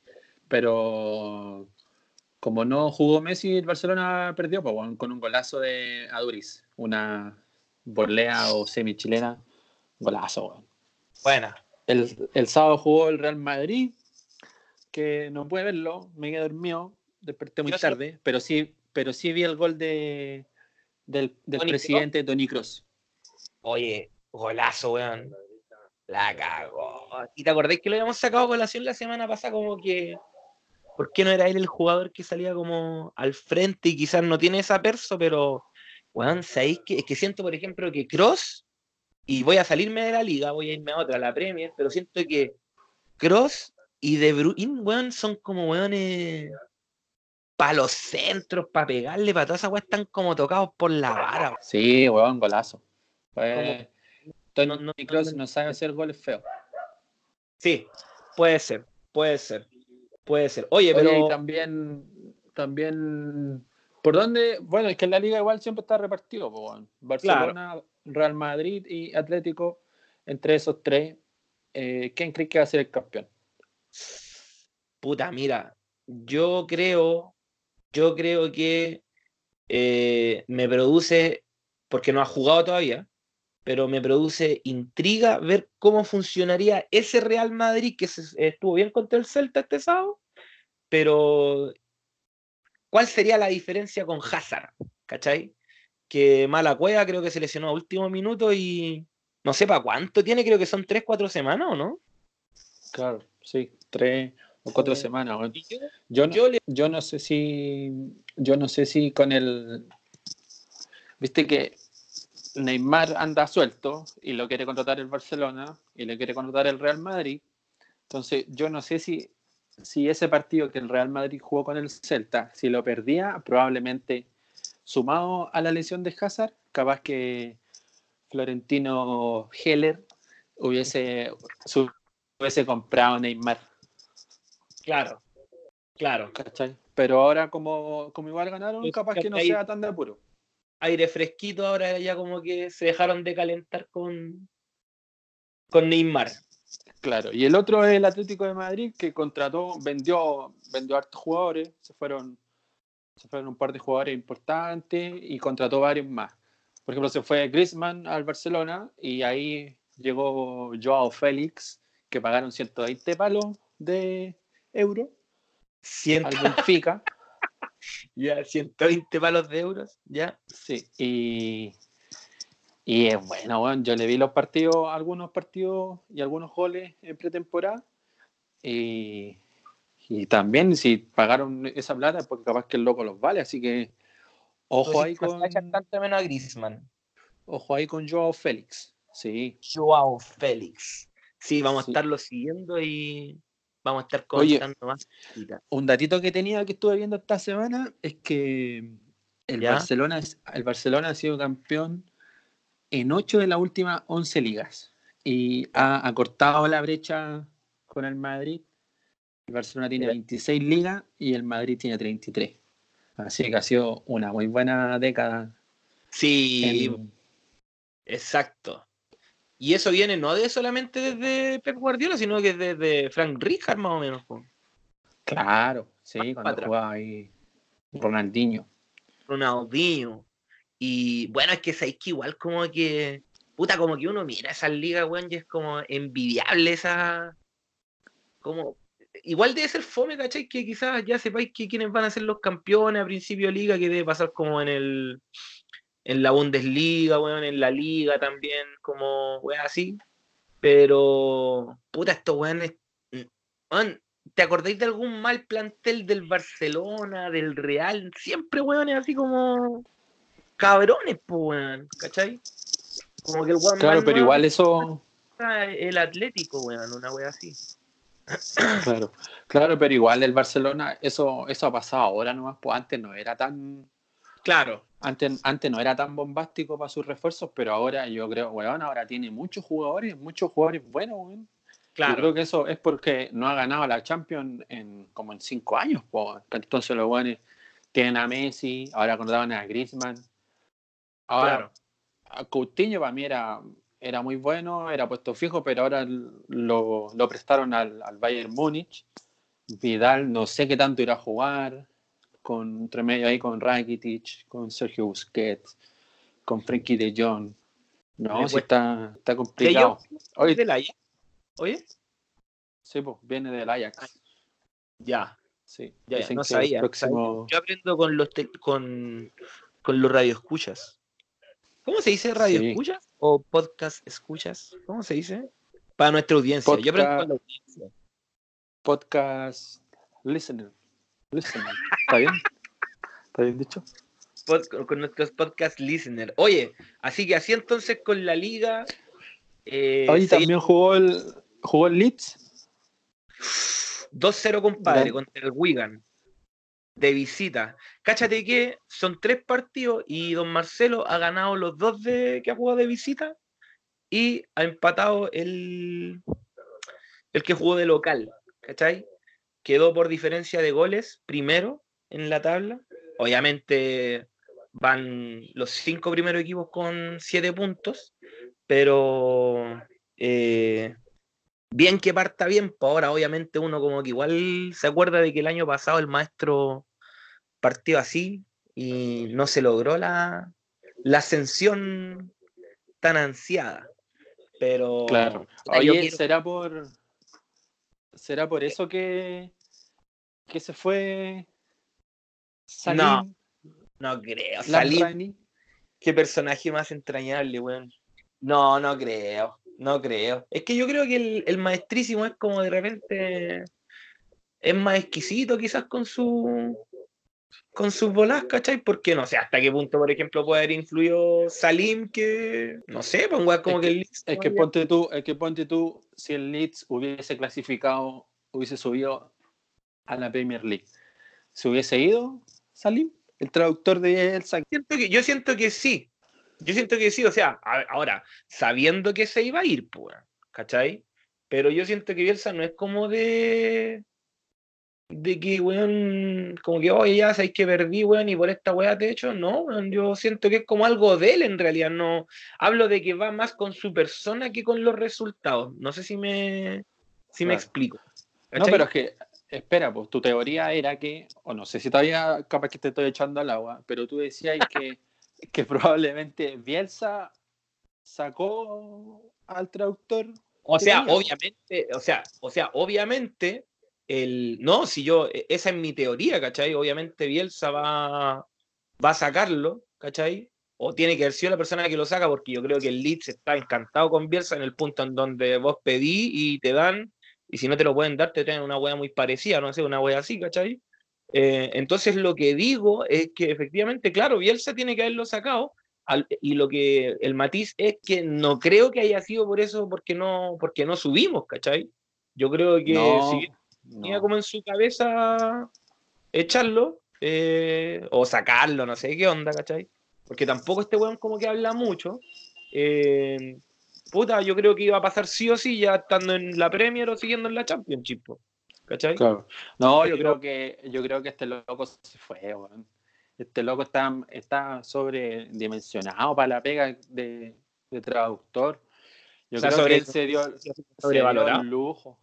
Speaker 2: pero como no jugó Messi, el Barcelona perdió pues, bueno, con un golazo de Aduriz, una volea o semi-chilena, golazo. Bueno.
Speaker 1: Buena.
Speaker 2: El, el sábado jugó el Real Madrid, que no pude verlo, me quedé dormido, desperté muy
Speaker 1: Yo sí,
Speaker 2: tarde, pero sí, pero sí vi el gol de, del, del
Speaker 1: Toni Kroos.
Speaker 2: presidente Toni Kroos.
Speaker 1: Oye, golazo, weón. La cagó. ¿Y te acordás que lo habíamos sacado a colación la semana pasada? Como que, ¿por qué no era él el jugador que salía como al frente y quizás no tiene esa perso? Pero, weón, ¿sabéis que? Es que siento, por ejemplo, que Cross, y voy a salirme de la liga, voy a irme a otra, a la Premier, pero siento que Cross y De Bruyne, weón, son como weones para los centros, para pegarle, para todas esas weas están como tocados por la vara.
Speaker 2: Sí, weón, golazo.
Speaker 1: Como,
Speaker 2: Pues,
Speaker 1: no,
Speaker 2: Toni
Speaker 1: no, no,
Speaker 2: Kroos
Speaker 1: no-
Speaker 2: no sabe hacer goles feos.
Speaker 1: Sí, puede ser, puede ser, puede ser. Oye,
Speaker 2: Oye, y
Speaker 1: pero
Speaker 2: también, también, ¿por dónde? Bueno, es que en la liga igual siempre está repartido, pues, bueno.
Speaker 1: claro,
Speaker 2: Barcelona, Real Madrid y Atlético, entre esos tres, eh, ¿quién cree que va a ser el campeón?
Speaker 1: puta, mira, yo creo, yo creo que eh, me produce, porque no ha jugado todavía, pero me produce intriga ver cómo funcionaría ese Real Madrid que se, estuvo bien contra el Celta este sábado, pero ¿cuál sería la diferencia con Hazard? ¿Cachai? Que mala cueva, creo que se lesionó a último minuto y no sé para cuánto tiene, creo que son tres, cuatro semanas, ¿o no?
Speaker 2: Claro, sí, tres o cuatro
Speaker 1: Eh,
Speaker 2: semanas. Bueno.
Speaker 1: y yo,
Speaker 2: Yo no,
Speaker 1: yo le...
Speaker 2: yo no sé si, yo no sé si con el, viste que Neymar anda suelto y lo quiere contratar el Barcelona y le quiere contratar el Real Madrid. Entonces, yo no sé si, si ese partido que el Real Madrid jugó con el Celta, si lo perdía, probablemente sumado a la lesión de Hazard, capaz que Florentino Heller hubiese, su- hubiese comprado Neymar.
Speaker 1: Claro, claro.
Speaker 2: ¿Cachai? Pero ahora, como, como igual ganaron,
Speaker 1: Pues,
Speaker 2: capaz que no
Speaker 1: aire,
Speaker 2: sea tan de apuro.
Speaker 1: aire fresquito, ahora ya como que se dejaron de calentar con, con Neymar.
Speaker 2: Claro, y el otro es el Atlético de Madrid que contrató, vendió, vendió hartos jugadores, se fueron, se fueron un par de jugadores importantes y contrató varios más. Por ejemplo, se fue Griezmann al Barcelona y ahí llegó Joao Félix, que pagaron ciento veinte palos de euro al
Speaker 1: Ciento,
Speaker 2: Benfica.
Speaker 1: ya, ciento veinte palos de euros, ya.
Speaker 2: Sí, y, y es bueno, bueno, yo le vi los partidos, algunos partidos y algunos goles en pretemporada. Y, y también si pagaron esa plata es porque capaz que el loco los vale, así que
Speaker 1: Tú
Speaker 2: ojo
Speaker 1: decís
Speaker 2: ahí
Speaker 1: que no se va a echar
Speaker 2: con
Speaker 1: tanto menos a Griezmann.
Speaker 2: ojo ahí con Joao Félix. Sí,
Speaker 1: Joao Félix. Sí, vamos a
Speaker 2: sí.
Speaker 1: estarlo siguiendo y vamos a estar
Speaker 2: Oye,
Speaker 1: comentando más. cositas.
Speaker 2: un datito que tenía que estuve viendo esta semana es que el
Speaker 1: ¿Ya?
Speaker 2: Barcelona, es- el Barcelona ha sido campeón en ocho de las últimas once ligas y
Speaker 1: ¿Ya?
Speaker 2: ha acortado la brecha con el Madrid. El Barcelona tiene
Speaker 1: Mira.
Speaker 2: veintiséis ligas y el Madrid tiene treinta y tres. Así que ha sido una muy buena década
Speaker 1: Sí,
Speaker 2: en,
Speaker 1: exacto. Y eso viene no de solamente desde Pep Guardiola, sino que desde Frank Rijkaard más o menos. Po.
Speaker 2: claro,
Speaker 1: Más
Speaker 2: sí,
Speaker 1: para
Speaker 2: cuando
Speaker 1: atrás.
Speaker 2: jugaba ahí Ronaldinho.
Speaker 1: Ronaldinho. Y bueno, es que sabéis que igual como que, puta, como que uno mira esas ligas, weón, y es como envidiable esa, como, igual debe ser fome, ¿cachai? Que quizás ya sepáis que quiénes van a ser los campeones a principio de liga, que debe pasar como en el, en la Bundesliga, weón, en la liga también, como, weón, así. Pero, puta, estos weones, weón, ¿te acordáis de algún mal plantel del Barcelona, del Real? Siempre, weones, así como cabrones, pues, weón, ¿cachai? Como que el weón más
Speaker 2: Claro, pero
Speaker 1: nuevo
Speaker 2: igual eso,
Speaker 1: es el Atlético, weón, una wea así.
Speaker 2: claro, claro, pero igual el Barcelona, eso, eso ha pasado ahora nomás, pues antes no era tan,
Speaker 1: Claro,
Speaker 2: antes, antes no era tan bombástico para sus refuerzos, pero ahora yo creo, weón, ahora tiene muchos jugadores, muchos jugadores buenos, weón. Yo creo
Speaker 1: claro,
Speaker 2: que eso es porque no ha ganado la Champions en como en cinco años, pues. Entonces los weones tienen a Messi, ahora contrataban a Griezmann. Ahora,
Speaker 1: claro.
Speaker 2: a Coutinho para mí era era muy bueno, era puesto fijo, pero ahora lo, lo prestaron al, al Bayern Múnich. Vidal no sé qué tanto irá a jugar, con entre medio ahí con Rakitic, con Sergio Busquets, con Frenkie de Jong. No,
Speaker 1: Le
Speaker 2: sí
Speaker 1: cuesta.
Speaker 2: está, está
Speaker 1: ¿De Jong
Speaker 2: complicado. Hoy,
Speaker 1: del Ajax? Oye.
Speaker 2: sí, pues, viene del
Speaker 1: Ah,
Speaker 2: Ajax.
Speaker 1: ya,
Speaker 2: Sí,
Speaker 1: ya, ya,
Speaker 2: dicen
Speaker 1: no
Speaker 2: que el
Speaker 1: sabía, no sabía.
Speaker 2: próximo...
Speaker 1: Yo aprendo con los te- con, con los radioescuchas. ¿Cómo se dice
Speaker 2: Sí,
Speaker 1: radioescuchas o podcast escuchas? ¿Cómo se dice? Para nuestra audiencia. Yo aprendo con
Speaker 2: podcast,
Speaker 1: la audiencia.
Speaker 2: podcast listener. Listener. ¿Está bien? ¿Está bien dicho?
Speaker 1: Pod- con nuestros podcast listeners. Oye, así que así entonces con la liga eh,
Speaker 2: Hoy
Speaker 1: se
Speaker 2: también
Speaker 1: viene
Speaker 2: jugó el, jugó el Leeds.
Speaker 1: dos cero, compadre,
Speaker 2: Gran,
Speaker 1: contra el Wigan, de visita. Cáchate que son tres partidos y don Marcelo ha ganado los dos de, que ha jugado de visita y ha empatado el, el que jugó de local. ¿Cachai? Quedó por diferencia de goles primero en la tabla. Obviamente van los cinco primeros equipos con siete puntos, pero eh, bien que parta bien, pues ahora obviamente uno como que igual se acuerda de que el año pasado el maestro partió así y no se logró la, la ascensión tan ansiada. Pero
Speaker 2: claro.
Speaker 1: puta, yo
Speaker 2: Oye,
Speaker 1: quiero.
Speaker 2: ¿será por, será por eso que, que se fue
Speaker 1: No,
Speaker 2: Salim
Speaker 1: no creo. Salim,
Speaker 2: Lambrani?
Speaker 1: qué personaje más entrañable, weón. No, no creo, no creo. Es que yo creo que el, el maestrísimo es como de repente es más exquisito quizás con su con sus bolas, ¿cachai? Porque no sé hasta qué punto, por ejemplo, puede haber influido Salim, que no sé, pues un weón
Speaker 2: Es
Speaker 1: como que el
Speaker 2: que,
Speaker 1: Leeds
Speaker 2: es
Speaker 1: no
Speaker 2: que
Speaker 1: haya-
Speaker 2: ponte tú, es que ponte tú, si el Leeds hubiese clasificado, hubiese subido a la Premier League. ¿Se hubiese ido Salim? El traductor de Elsa.
Speaker 1: siento que, yo siento que sí. Yo siento que sí, o sea, a- ahora, sabiendo que se iba a ir, pues, ¿cachai? Pero yo siento que Bielsa no es como de de que, weón, como que, oye, ya sabéis que perdí, weón, y por esta weá te he hecho, no, weón, yo siento que es como algo de él en realidad, no, hablo de que va más con su persona que con los resultados, no sé si me, si me
Speaker 2: Claro.
Speaker 1: explico,
Speaker 2: No, pero es
Speaker 1: ¿cachai?
Speaker 2: que, espera, pues tu teoría era que, o no sé si todavía capaz que te estoy echando al agua, pero tú decías que, que probablemente Bielsa sacó al traductor
Speaker 1: O
Speaker 2: que
Speaker 1: sea,
Speaker 2: tenía, pues.
Speaker 1: obviamente, o sea, o sea, obviamente, el, no, si yo, e, esa es mi teoría, ¿cachai? Obviamente Bielsa va, va a sacarlo, ¿cachai? O tiene que haber sido la persona que lo saca, porque yo creo que el Leeds está encantado con Bielsa en el punto en donde vos pedís y te dan, y si no te lo pueden dar, te tienen una wea muy parecida, no sé, una wea así, ¿cachai? Eh, entonces lo que digo es que efectivamente, claro, Bielsa tiene que haberlo sacado, al, y lo que el matiz es que no creo que haya sido por eso, porque no, porque no subimos, ¿cachai? Yo creo que si bien
Speaker 2: No,
Speaker 1: tenía
Speaker 2: no.
Speaker 1: como en su cabeza echarlo eh, o sacarlo, no sé qué onda, ¿cachai? Porque tampoco este weón como que habla mucho. Eh, puta, yo creo que iba a pasar sí o sí ya estando en la Premier o siguiendo en la Championship, po, ¿cachai?
Speaker 2: Claro. No, yo
Speaker 1: Pero
Speaker 2: creo que, yo creo que este loco se fue, weón. Este loco está, está sobredimensionado para la pega de, de traductor. Yo
Speaker 1: está
Speaker 2: creo que
Speaker 1: sobre,
Speaker 2: él se dio, se dio el
Speaker 1: sobrevalorado.
Speaker 2: lujo.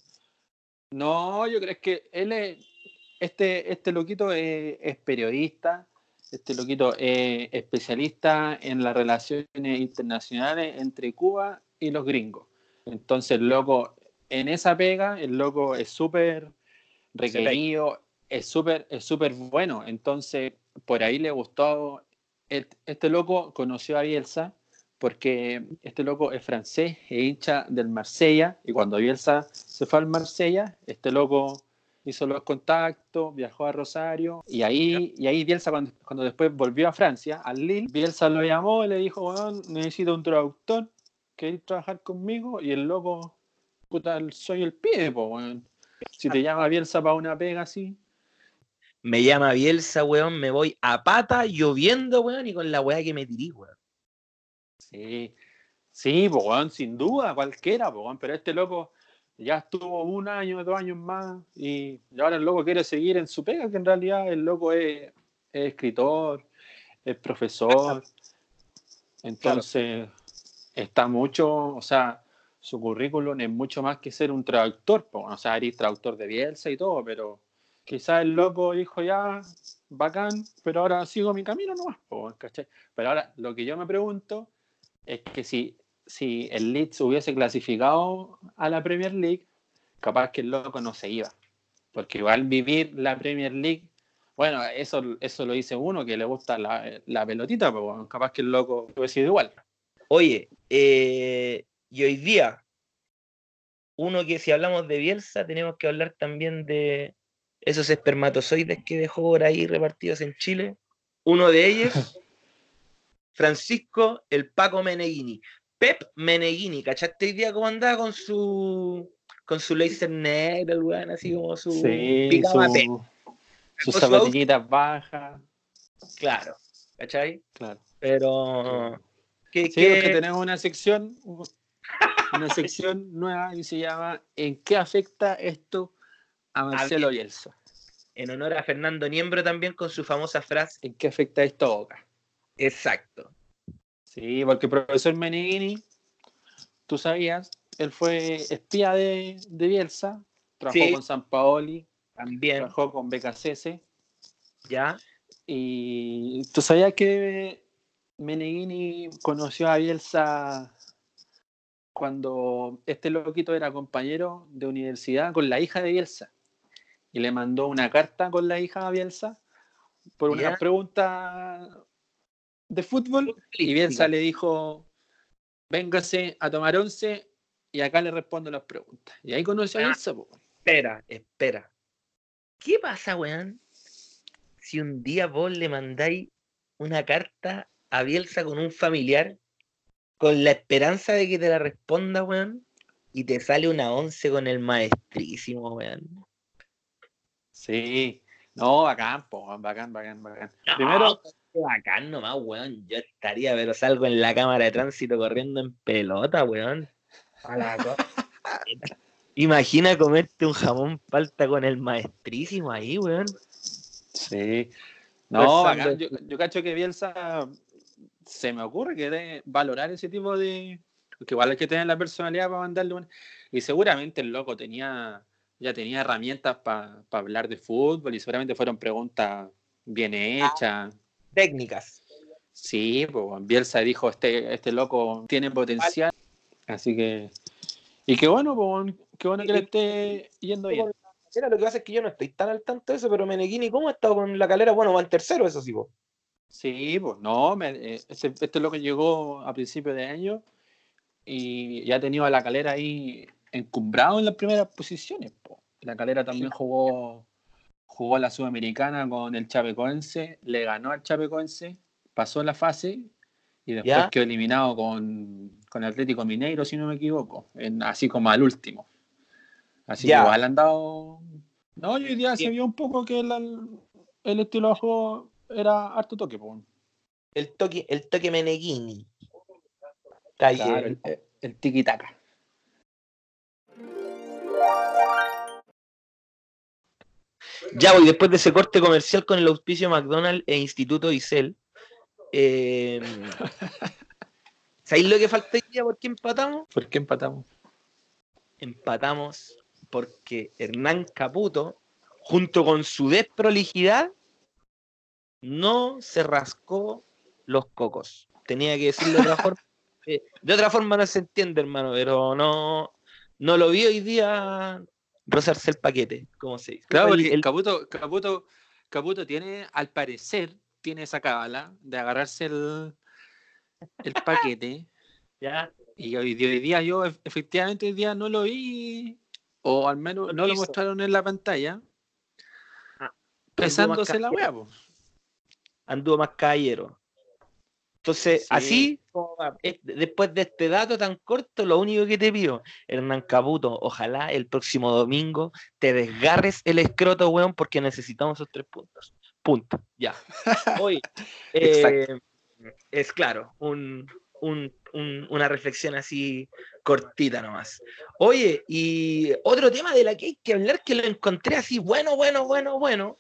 Speaker 2: No, yo creo que él es, este, este loquito es, es periodista, este loquito es especialista en las relaciones internacionales entre Cuba y los gringos. Entonces, el loco, en esa pega, el loco es súper
Speaker 1: Se pega.
Speaker 2: requerido, es súper es súper bueno. Entonces, por ahí le gustó. Este loco conoció a Bielsa porque este loco es francés, es hincha del Marsella, y cuando Bielsa se fue al Marsella, este loco hizo los contactos, viajó a Rosario, y ahí, y ahí Bielsa, cuando, cuando después volvió a Francia, al Lille, Bielsa lo llamó y le dijo, bueno, necesito un traductor, ¿querés trabajar conmigo? Y el loco, puta, soy el pie, po, weón. Si te llama Bielsa para una pega así.
Speaker 1: Me llama Bielsa, weón, me voy a pata, lloviendo, weón, y con la weá que me tiré, weón.
Speaker 2: Sí, sí, po, weón, sin duda, cualquiera, po, weón, pero este loco ya estuvo un año, dos años más, y, y ahora el loco quiere seguir en su pega, que en realidad el loco es, es escritor, es
Speaker 1: Pasa,
Speaker 2: profesor,
Speaker 1: claro.
Speaker 2: entonces está mucho, o sea, su currículum es mucho más que ser un traductor, po. O sea, eres traductor de Bielsa y todo, pero quizás el loco dijo ya, bacán, pero ahora sigo mi camino nomás, po, ¿cachai? Pero ahora, lo que yo me pregunto es que si, si el Leeds hubiese clasificado a la Premier League, capaz que el loco no se iba. Porque igual vivir la Premier League, bueno, eso, eso lo dice uno que le gusta la, la pelotita, pero bueno, capaz que el loco hubiese sido igual.
Speaker 1: Oye, eh, y hoy día, uno que si hablamos de Bielsa, tenemos que hablar también de esos espermatozoides que dejó por ahí repartidos en Chile. Uno de ellos, Francisco el Paco Meneghini. Pep Meneghini, ¿cachaste hoy día cómo andaba con su con su laser negro, el weón, así como su
Speaker 2: Sí,
Speaker 1: pijama Pep?
Speaker 2: su, sus
Speaker 1: Sacó su outfit,
Speaker 2: zapatillitas bajas.
Speaker 1: claro, ¿cachai?
Speaker 2: Claro.
Speaker 1: Pero, ¿qué,
Speaker 2: Sí, porque
Speaker 1: qué?
Speaker 2: tenemos una sección, una sección nueva y se llama ¿En qué afecta esto a Marcelo Bielsa?
Speaker 1: En honor a Fernando Niembro también con su famosa frase.
Speaker 2: ¿En qué afecta esto a Boca?
Speaker 1: Exacto.
Speaker 2: Sí, porque el profesor Meneghini, tú sabías, él fue espía de, de Bielsa, trabajó
Speaker 1: Sí,
Speaker 2: con Sampaoli,
Speaker 1: también,
Speaker 2: trabajó con B K C S,
Speaker 1: ya.
Speaker 2: y tú sabías que Meneghini conoció a Bielsa cuando este loquito era compañero de universidad con la hija de Bielsa, y le mandó una carta con la hija a Bielsa por
Speaker 1: Ya.
Speaker 2: una pregunta de fútbol, y Bielsa le dijo, véngase a tomar once y acá le respondo las preguntas. Y ahí conoció a Bielsa, po.
Speaker 1: Espera, espera. ¿Qué pasa, weón, si un día vos le mandáis una carta a Bielsa con un familiar con la esperanza de que te la responda, weón, y te sale una once con el maestrísimo, weón?
Speaker 2: Sí, no, bacán, po, bacán, bacán, bacán.
Speaker 1: No,
Speaker 2: Primero,
Speaker 1: qué bacán nomás, weón. Yo estaría, pero salgo en la cámara de tránsito corriendo en pelota, weón. A la co- Imagina comerte un jamón palta con el maestrísimo ahí, weón.
Speaker 2: sí, no,
Speaker 1: Conversando.
Speaker 2: bacán. Yo, yo cacho que Bielsa se me ocurre que debe valorar ese tipo de. Porque igual hay que tener la personalidad para mandarle una. Y seguramente el loco tenía ya tenía herramientas para pa hablar de fútbol y seguramente fueron preguntas bien hechas.
Speaker 1: Técnicas.
Speaker 2: Sí, pues Bielsa dijo, este, este loco tiene potencial. Así que. Y qué bueno, pues, qué bueno que le esté yendo bien.
Speaker 1: Mira, lo que pasa es que yo no estoy tan al tanto de eso, pero Meneghini, ¿cómo ha estado con la Calera? Bueno, va en tercero, eso sí, po.
Speaker 2: Sí, pues no, me, eh, ese, este loco llegó a principios de año y ya ha tenido a la Calera ahí encumbrado en las primeras posiciones, po. La Calera también jugó, jugó la Sudamericana con el Chapecoense, le ganó al Chapecoense, pasó la fase y después
Speaker 1: ¿Ya?
Speaker 2: quedó eliminado con, con Atlético Mineiro, si no me equivoco, en, así como al último. Así que
Speaker 1: Ya.
Speaker 2: igual han dado. No, hoy día se
Speaker 1: Bien.
Speaker 2: vio un poco que el, el estilo de juego era harto toque, po.
Speaker 1: El toque, el toque Meneghini. Está
Speaker 2: Claro,
Speaker 1: bien.
Speaker 2: el, el tiki-taka.
Speaker 1: Ya voy, después de ese corte comercial con el auspicio McDonald's e Instituto Isel. Eh, ¿Sabéis lo que falta hoy día? ¿Por qué empatamos?
Speaker 2: ¿Por qué empatamos?
Speaker 1: Empatamos porque Hernán Caputo, junto con su desprolijidad, no se rascó los cocos. Tenía que decirlo de otra forma. Eh, de otra forma no se entiende, hermano, pero no, no lo vi hoy día rozarse el paquete, como se dice.
Speaker 2: Claro,
Speaker 1: El,
Speaker 2: porque
Speaker 1: el,
Speaker 2: Caputo, Caputo, Caputo tiene, al parecer, tiene esa cábala de agarrarse el, el paquete.
Speaker 1: ya,
Speaker 2: Y hoy, hoy día yo, efectivamente, hoy día no lo vi, o al menos no lo mostraron en la pantalla,
Speaker 1: ah, anduvo más
Speaker 2: pesándose la
Speaker 1: caballero.
Speaker 2: wea, po.
Speaker 1: Anduvo más caballero. Entonces,
Speaker 2: Sí.
Speaker 1: así, después de este dato tan corto, lo único que te pido, Hernán Caputo, ojalá el próximo domingo te desgarres el escroto, weón, porque necesitamos esos tres puntos. Punto, ya. Hoy,
Speaker 2: Exacto.
Speaker 1: eh, es claro, un, un, un, una reflexión así cortita nomás. Oye, y otro tema de la que hay que hablar que lo encontré así, bueno, bueno, bueno, bueno.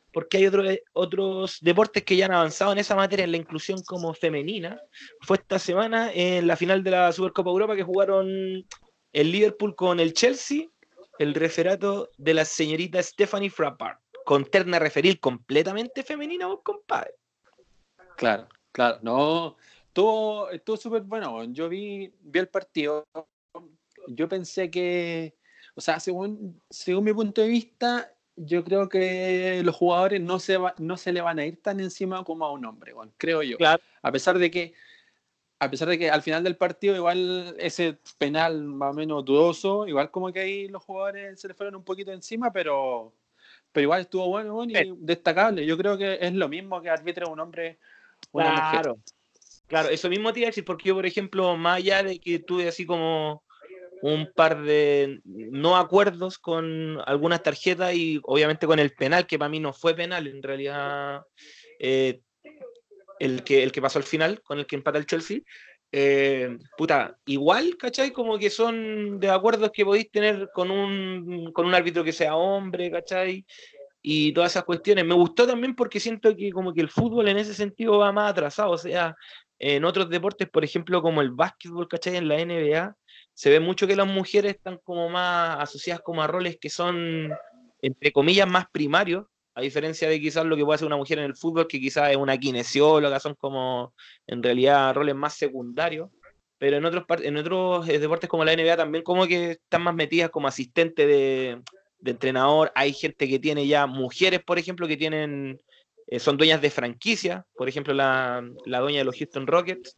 Speaker 1: porque hay otro, otros deportes que ya han avanzado en esa materia, en la inclusión como femenina. Fue esta semana en la final de la Supercopa Europa que jugaron el Liverpool con el Chelsea, el referato de la señorita Stephanie Frappart, con terna referil completamente femenina, vos, compadre.
Speaker 2: Claro, claro. No, estuvo, estuvo súper bueno. Yo vi, vi el partido. Yo pensé que, o sea, según, según mi punto de vista, yo creo que los jugadores no se, va, no se le van a ir tan encima como a un hombre, bueno, creo yo.
Speaker 1: Claro.
Speaker 2: A pesar de que, a pesar de que al final del partido, igual ese penal más o menos dudoso, igual como que ahí los jugadores se le fueron un poquito encima, pero, pero igual estuvo bueno, bueno y destacable. Yo creo que es lo mismo que arbitre un hombre o una mujer.
Speaker 1: Claro, claro, eso mismo te iba a decir, porque yo, por ejemplo, más allá de que tuve así como un par de no acuerdos con algunas tarjetas y obviamente con el penal, que para mí no fue penal, en realidad eh, el, que, el que pasó al final, con el que empata el Chelsea, eh, puta, igual, ¿cachai? Como que son de acuerdos que podéis tener con un, con un árbitro que sea hombre, ¿cachai? Y todas esas cuestiones. Me gustó también porque siento que como que el fútbol en ese sentido va más atrasado, o sea, en otros deportes, por ejemplo, como el básquetbol, ¿cachai? En la N B A, se ve mucho que las mujeres están como más asociadas como a roles que son, entre comillas, más primarios, a diferencia de quizás lo que puede hacer una mujer en el fútbol, que quizás es una kinesióloga, son como en realidad roles más secundarios. Pero en otros, en otros deportes como la N B A también como que están más metidas como asistente de, de entrenador. Hay gente que tiene ya mujeres, por ejemplo, que tienen eh, son dueñas de franquicia, por ejemplo, la, la dueña de los Houston Rockets.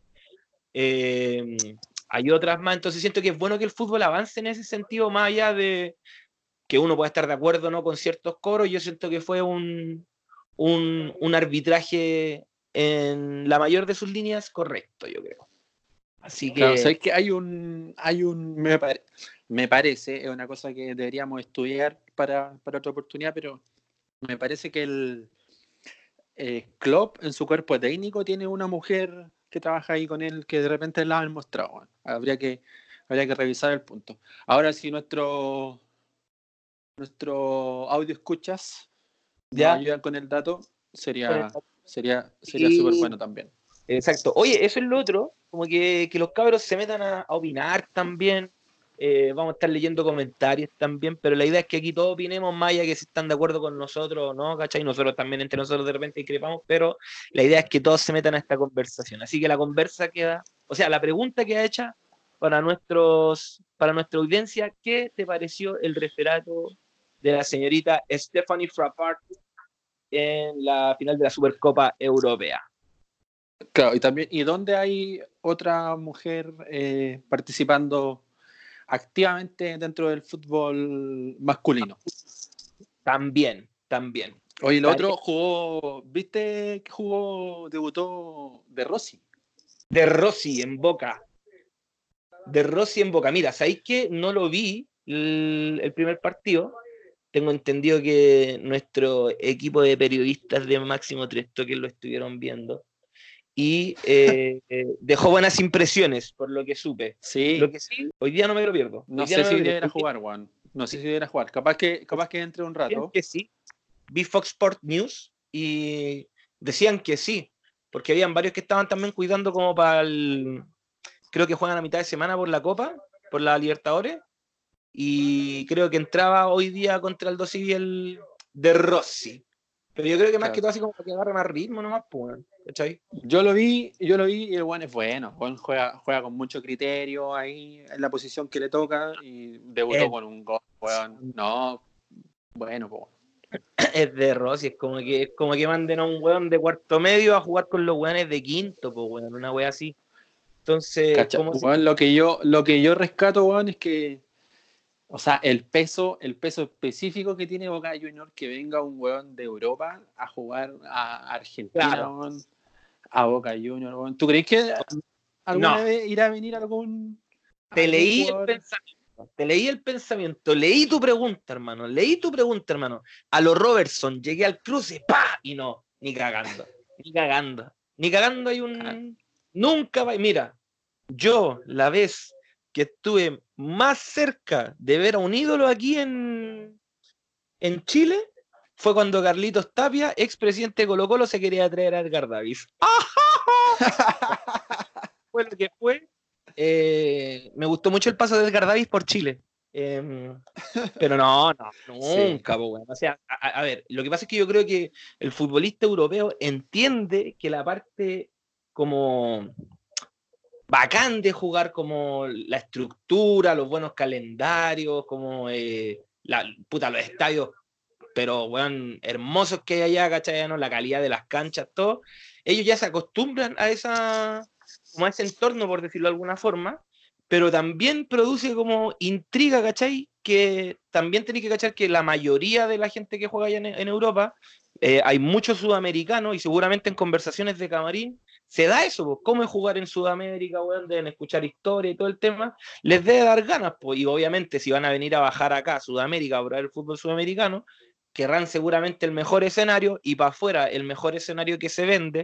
Speaker 1: Eh, hay otras más, entonces siento que es bueno que el fútbol avance en ese sentido, más allá de que uno pueda estar de acuerdo o no con ciertos coros. Yo siento que fue un, un, un arbitraje en la mayor de sus líneas correcto, yo creo. Así
Speaker 2: Claro,
Speaker 1: que...
Speaker 2: sabes que hay un, hay un me, pare, me parece, es una cosa que deberíamos estudiar para, para otra oportunidad, pero me parece que el eh, Klopp en su cuerpo técnico tiene una mujer que trabaja ahí con él que de repente la han mostrado. Bueno, habría que, habría que revisar el punto. Ahora si nuestro, nuestro audio escuchas nos
Speaker 1: Ya,
Speaker 2: ayudan con el dato,
Speaker 1: con el...
Speaker 2: sería sería sería súper
Speaker 1: Y
Speaker 2: bueno también.
Speaker 1: exacto. Oye, eso es lo otro, como que, que los cabros se metan a, a opinar también. Eh, vamos a estar leyendo comentarios también, pero la idea es que aquí todos opinemos, más allá que si están de acuerdo con nosotros o no, ¿cachai? Nosotros también entre nosotros de repente discrepamos, pero la idea es que todos se metan a esta conversación. Así que la conversa queda, o sea, la pregunta queda hecha para nuestros, para nuestra audiencia: ¿qué te pareció el referato de la señorita Stephanie Frappart en la final de la Supercopa Europea?
Speaker 2: Claro, y también, ¿y dónde hay otra mujer eh, participando activamente dentro del fútbol masculino?
Speaker 1: También, también.
Speaker 2: Oye, el
Speaker 1: Tarea
Speaker 2: otro jugó, ¿viste que jugó, debutó De Rossi?
Speaker 1: de Rossi en Boca. De Rossi en Boca. Mira, ¿sabéis que no lo vi el, el primer partido? Tengo entendido que nuestro equipo de periodistas de Máximo Tres Toques lo estuvieron viendo. Y eh, eh, dejó buenas impresiones, por lo que supe. Lo
Speaker 2: Sí,
Speaker 1: que sí, hoy día no me lo pierdo. Hoy
Speaker 2: no
Speaker 1: día
Speaker 2: sé
Speaker 1: no me
Speaker 2: si
Speaker 1: lo pierdo.
Speaker 2: debiera
Speaker 1: Hoy día,
Speaker 2: jugar, Juan. No sé si debiera jugar. Capaz que, capaz que entre un
Speaker 1: decían
Speaker 2: rato.
Speaker 1: que sí. Vi Fox Sports News y decían que sí, porque habían varios que estaban también cuidando como para el... Creo que juegan a mitad de semana por la Copa, por la Libertadores, y creo que entraba hoy día contra el dos Civil de Rossi. Pero yo creo que más que
Speaker 2: Claro.
Speaker 1: todo así como para que agarre más ritmo nomás, pues, ¿cachai?
Speaker 2: Yo lo vi, yo lo vi y el Juan es bueno. Juan juega, juega con mucho criterio ahí en la posición que le toca y debutó
Speaker 1: Es,
Speaker 2: con un gol, weón. No, bueno, pues.
Speaker 1: es de Rossi, es como que, es como que manden a un weón de cuarto medio a jugar con los weones de quinto, pues, weón, una wea así. Entonces,
Speaker 2: Cacha,
Speaker 1: como si...
Speaker 2: weón, lo que yo, lo que yo rescato, weón, es que, o sea, el peso, el peso específico que tiene Boca Junior, que venga un weón de Europa a jugar a Argentina,
Speaker 1: Claro.
Speaker 2: weón, a Boca Junior, weón. ¿Tú crees que
Speaker 1: No,
Speaker 2: alguna vez irá a venir algún,
Speaker 1: te
Speaker 2: algún
Speaker 1: leí el
Speaker 2: jugador?
Speaker 1: pensamiento, te leí el pensamiento, leí tu pregunta, hermano, leí tu pregunta, hermano. A lo Robertson, llegué al cruce, ¡pa! Y no, ni cagando, ni cagando, ni cagando hay
Speaker 2: Ah,
Speaker 1: un... Nunca va... Mira, yo la vez que estuve más cerca de ver a un ídolo aquí en, en Chile fue cuando Carlitos Tapia, expresidente de Colo Colo, se quería traer a Edgar Davis. Fue lo que fue. Eh, me gustó mucho el paso de Edgar Davis por Chile. Eh, pero no, no, nunca,
Speaker 2: Sí.
Speaker 1: po, weón. O sea, a, a, ver, lo que pasa es que yo creo que el futbolista europeo entiende que la parte como bacán de jugar, como la estructura, los buenos calendarios, como eh, la, puta, los estadios, pero weón, hermosos que hay allá, ¿cachai? ¿No? La calidad de las canchas, todo. Ellos ya se acostumbran a esa, como a ese entorno, por decirlo de alguna forma, pero también produce como intriga, ¿cachai? Que también tenéis que cachar que la mayoría de la gente que juega allá en, en Europa, eh, hay muchos sudamericanos y seguramente en conversaciones de camarín se da eso, pues, cómo es jugar en Sudamérica, weón, deben escuchar historia y todo el tema, les debe dar ganas, pues, y obviamente si van a venir a bajar acá a Sudamérica para ver el fútbol sudamericano, querrán seguramente el mejor escenario y para afuera el mejor escenario que se vende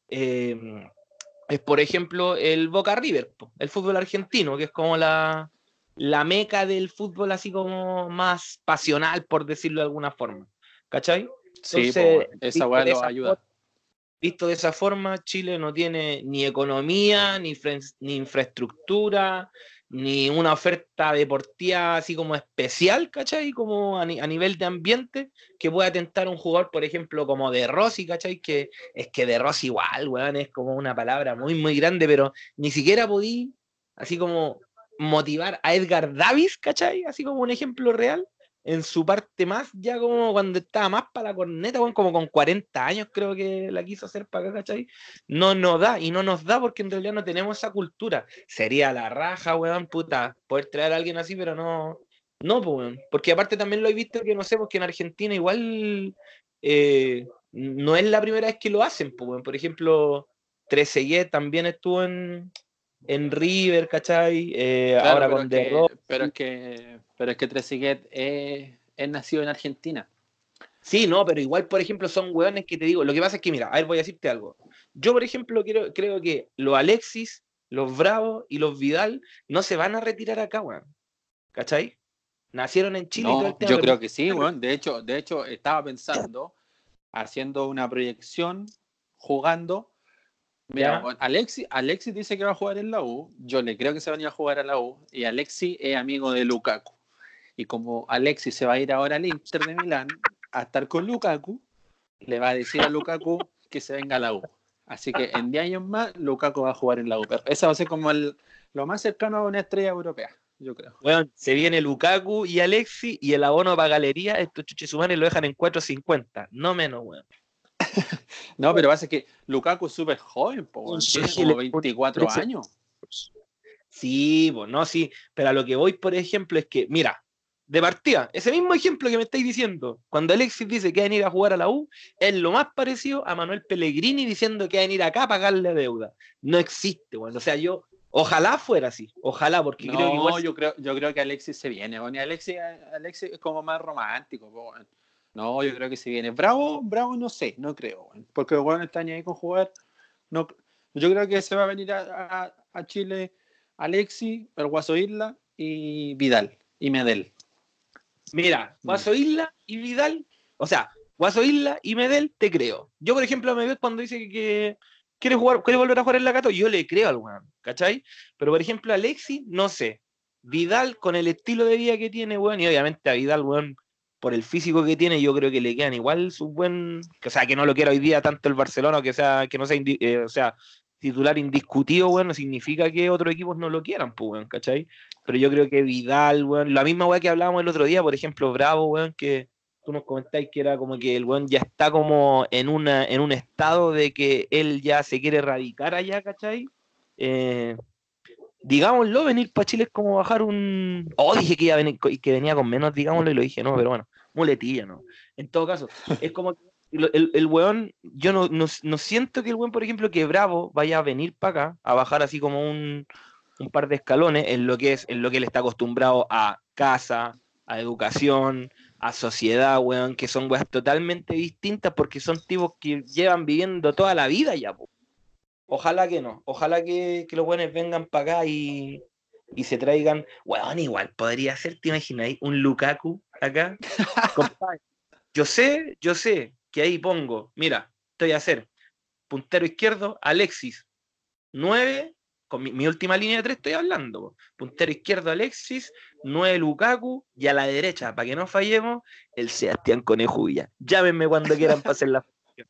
Speaker 1: eh, es, por ejemplo, el Boca River, el fútbol argentino, que es como la, la meca del fútbol así como más pasional, por decirlo de alguna forma. ¿Cachai?
Speaker 2: Sí, pues,
Speaker 1: Entonces,
Speaker 2: bueno, esa
Speaker 1: visto
Speaker 2: weá
Speaker 1: de
Speaker 2: lo
Speaker 1: esa forma,
Speaker 2: ayuda.
Speaker 1: Visto de esa forma, Chile no tiene ni economía, ni, ni infraestructura, ni una oferta deportiva así como especial, ¿cachai? Como a, ni a, nivel de ambiente, que pueda tentar un jugador, por ejemplo, como De Rossi, ¿cachai? Que es que De Rossi igual, weón, es como una palabra muy, muy grande, pero ni siquiera podí, así como motivar a Edgar Davis, ¿cachai? Así como un ejemplo real en su parte más, ya como cuando estaba más para la corneta, bueno, como con cuarenta años creo que la quiso hacer para acá, ¿cachai? No nos da, y no nos da porque en realidad no tenemos esa cultura. Sería la raja, weón, puta, poder traer a alguien así, pero no, no, pues, weón. Porque aparte también lo he visto que no sé, porque en Argentina igual eh, no es la primera vez que lo hacen, pues, weón. Por ejemplo, Trezeguet también estuvo en, en River, ¿cachai? Eh,
Speaker 2: Claro,
Speaker 1: ahora
Speaker 2: pero
Speaker 1: con
Speaker 2: es
Speaker 1: De
Speaker 2: que,
Speaker 1: Rossi.
Speaker 2: pero es que, pero es que Trezeguet es, es nacido en Argentina.
Speaker 1: Sí, no, pero igual, por ejemplo, son hueones que te digo. Lo que pasa es que, mira, a ver, voy a decirte algo. Yo, por ejemplo, creo, creo que los Alexis, los Bravos y los Vidal no se van a retirar acá, weón. ¿Cachai? Nacieron en Chile y todo el
Speaker 2: No,
Speaker 1: tema,
Speaker 2: yo
Speaker 1: pero
Speaker 2: creo que sí, bueno. De hecho, de hecho, estaba pensando, haciendo una proyección, jugando. Mira,
Speaker 1: ya,
Speaker 2: bueno, Alexis, Alexis dice que va a jugar en la U. Yo le creo que se va a venir a jugar a la U. Y Alexis es amigo de Lukaku. Y como Alexis se va a ir ahora al Inter de Milán a estar con Lukaku, le va a decir a Lukaku que se venga a la U. Así que en diez años más, Lukaku va a jugar en la U. Pero esa va a ser como el, lo más cercano a una estrella europea, yo creo.
Speaker 1: weón, se viene Lukaku y Alexis y el abono para galería, estos chuchisumanes lo dejan en cuatro cincuenta, no menos, weón.
Speaker 2: No, pero pasa que Lukaku es súper joven, po,
Speaker 1: Un
Speaker 2: tiene como
Speaker 1: Gil- un
Speaker 2: veinticuatro
Speaker 1: trece.
Speaker 2: años.
Speaker 1: Sí, pues no, sí, pero a lo que voy, por ejemplo, es que, mira, de partida, ese mismo ejemplo que me estáis diciendo, cuando Alexis dice que va a venir a jugar a la U, es lo más parecido a Manuel Pellegrini diciendo que va a venir acá a pagarle deuda. No existe, bueno, o sea, yo, ojalá fuera así, ojalá, porque creo que igual,
Speaker 2: No, yo creo, yo creo que Alexis se viene. Bueno, y Alexis, Alexis es como más romántico. Po, bueno. No, yo creo que se viene. Bravo, Bravo, no sé, no creo. Bueno, porque el bueno está ni ahí con jugar. No, yo creo que se va a venir a, a, a Chile Alexis, el Guaso Isla y Vidal y Medel.
Speaker 1: mira,
Speaker 2: Mm.
Speaker 1: Guaso Isla y Vidal, o sea, Guaso Isla y Medel, te creo. Yo, por ejemplo, a Medel cuando dice que quiere jugar, quiere volver a jugar en la Cato, yo le creo al weón, ¿cachai? Pero, por ejemplo, Alexis, no sé. Vidal, con el estilo de vida que tiene, weón, y obviamente a Vidal, weón, por el físico que tiene, yo creo que le quedan igual su buen, o sea, que no lo quiera hoy día tanto el Barcelona, que sea, que no sea, eh, o sea, titular indiscutido, weón, no significa que otros equipos no lo quieran, pues, weón, ¿cachai? Pero yo creo que Vidal, weón, la misma weá que hablábamos el otro día, por ejemplo, Bravo, weón, que tú nos comentáis que era como que el weón ya está como en, una, en un estado de que él ya se quiere radicar allá, ¿cachai? Eh, digámoslo, venir para Chile es como bajar un... Oh, dije que iba a venir, que venía con menos, digámoslo, y lo dije, no, pero bueno, muletilla, ¿no? En todo caso, es como que el, el, el weón, yo no, no, no siento que el weón, por ejemplo, que Bravo vaya a venir para acá, a bajar así como un, un par de escalones en lo que es, en lo que él está acostumbrado a casa, a educación, a sociedad, weón, que son weas totalmente distintas porque son tipos que llevan viviendo toda la vida ya, po. Ojalá que no, ojalá que, que los weones vengan para acá y, y se traigan, weón, igual podría ser, ¿te imagináis? Un Lukaku acá, compadre. Yo sé, yo sé que ahí pongo, mira, te voy a hacer puntero izquierdo, Alexis, nueve, con mi, mi última línea de tres estoy hablando. Puntero izquierdo, Alexis, nueve, Lukaku, y a la derecha, para que no fallemos, el Sebastián Conejo Villa. Llámenme cuando quieran pasar la función.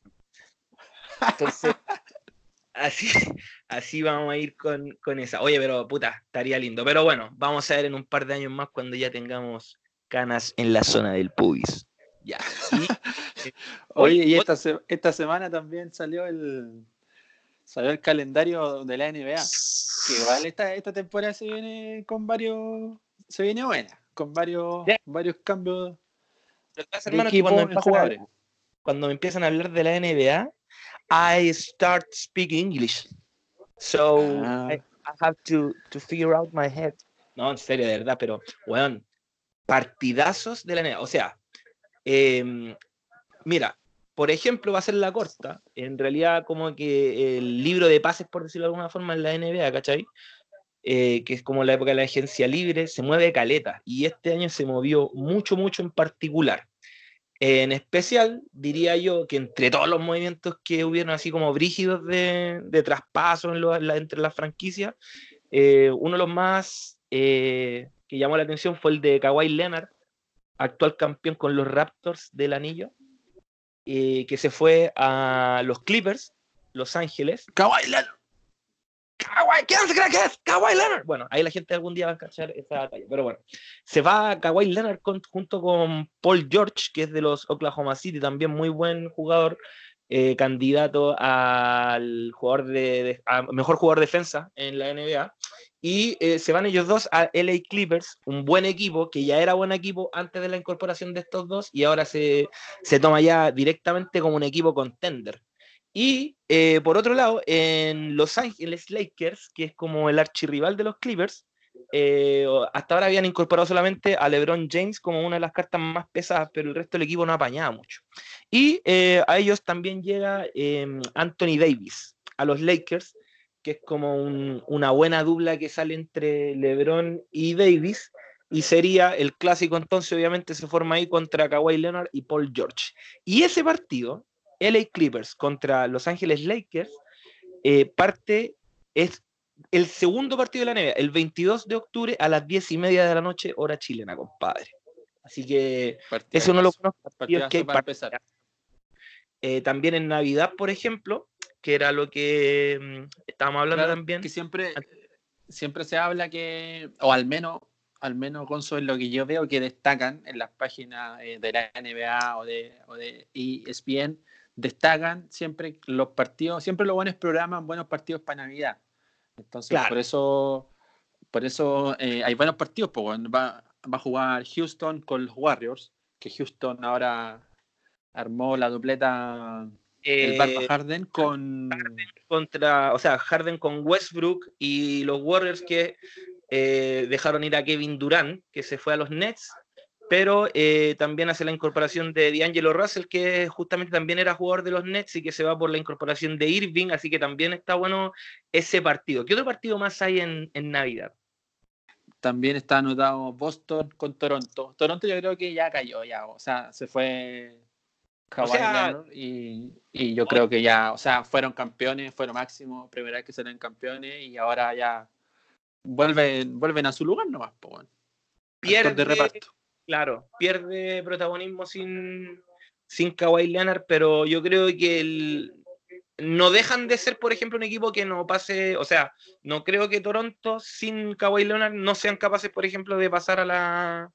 Speaker 1: Entonces, así, así vamos a ir con, con esa. Oye, pero puta, estaría lindo. Pero bueno, vamos a ver en un par de años más cuando ya tengamos canas en la zona del pubis. Ya. Y, eh,
Speaker 2: Oye,
Speaker 1: hoy,
Speaker 2: y
Speaker 1: ot-
Speaker 2: esta, se- esta semana también salió el, salió el calendario de la N B A. Que igual esta, esta temporada se viene con varios, se viene buena, con varios,
Speaker 1: ya,
Speaker 2: varios cambios
Speaker 1: lo que pasa,
Speaker 2: de
Speaker 1: hermano, es que cuando me
Speaker 2: equipo en
Speaker 1: empiezan a,
Speaker 2: jugadores.
Speaker 1: cuando me empiezan a hablar de la N B A, I start speaking English. So I,
Speaker 2: Ah,
Speaker 1: I have to, to figure out my head. No, en serio, de verdad, pero, weón, partidazos de la N B A. O sea, eh, mira, por ejemplo, va a ser la corta. En realidad, como que el libro de pases, por decirlo de alguna forma, en la N B A, ¿cachai? Eh, que es como la época de la agencia libre, se mueve caleta. Y este año se movió mucho, mucho en particular. En especial, diría yo que entre todos los movimientos que hubieron así como brígidos de, de traspaso en lo, la, entre las franquicias, eh, uno de los más eh, que llamó la atención fue el de Kawhi Leonard, actual campeón con los Raptors del anillo, eh, que se fue a los Clippers, Los Ángeles.
Speaker 2: Kawhi Leonard.
Speaker 1: Kawhi, ¿quién se cree que es? Kawhi Leonard. Bueno, ahí la gente algún día va a cachar esa batalla. Pero bueno, se va Kawhi Leonard con, junto con Paul George, que es de los Oklahoma City, también muy buen jugador, eh, candidato al jugador de, de a mejor jugador defensa en la N B A. Y eh, se van ellos dos a L A Clippers, un buen equipo, que ya era buen equipo antes de la incorporación de estos dos, y ahora se, se toma ya directamente como un equipo contender. Y eh, por otro lado, en Los Ángeles Lakers, que es como el archirrival de los Clippers, eh, hasta ahora habían incorporado solamente a LeBron James como una de las cartas más pesadas, pero el resto del equipo no apañaba mucho. Y eh, a ellos también llega eh, Anthony Davis, a los Lakers, que es como un, una buena dupla que sale entre LeBron y Davis, y sería el clásico entonces, obviamente se forma ahí contra Kawhi Leonard y Paul George. Y ese partido, L A Clippers contra Los Ángeles Lakers, eh, parte, es el segundo partido de la N B A, el veintidós de octubre a las diez y media de la noche, hora chilena, compadre. Así que ese es uno de los
Speaker 2: Partidazo.
Speaker 1: buenos partidos que hay.
Speaker 2: Partidazo para empezar.
Speaker 1: Eh, también en Navidad, por ejemplo, que era lo que mmm, estábamos hablando
Speaker 2: Claro
Speaker 1: también.
Speaker 2: que siempre, siempre se habla que, o al menos, al menos Gonzo, es lo que yo veo que destacan en las páginas eh, de la N B A o de, o de E S P N, destacan siempre los partidos, siempre los buenos programas, buenos partidos para Navidad. Entonces,
Speaker 1: Claro.
Speaker 2: por eso, por eso eh, hay buenos partidos, pues va, va a jugar Houston con los Warriors, que Houston ahora armó la dupleta el Barba
Speaker 1: Eh,
Speaker 2: Harden con
Speaker 1: contra, o sea, Harden con Westbrook y los Warriors que eh, dejaron ir a Kevin Durant, que se fue a los Nets, pero eh, también hace la incorporación de D'Angelo Russell, que justamente también era jugador de los Nets y que se va por la incorporación de Irving, así que también está bueno ese partido. ¿Qué otro partido más hay en, en Navidad?
Speaker 2: También está anotado Boston con Toronto. Toronto yo creo que ya cayó, ya, o sea, se fue
Speaker 1: O
Speaker 2: Kawhi
Speaker 1: sea,
Speaker 2: Leonard y, y yo
Speaker 1: hoy,
Speaker 2: creo que ya, o sea, fueron campeones, fueron máximo, primera vez que salen campeones y ahora ya vuelven, vuelven a su lugar nomás, po, bueno. Actor de
Speaker 1: pierde,
Speaker 2: reparto.
Speaker 1: claro, pierde protagonismo sin, sin Kawhi Leonard, pero yo creo que el, no dejan de ser, por ejemplo, un equipo que no pase, o sea, no creo que Toronto sin Kawhi Leonard no sean capaces, por ejemplo, de pasar a la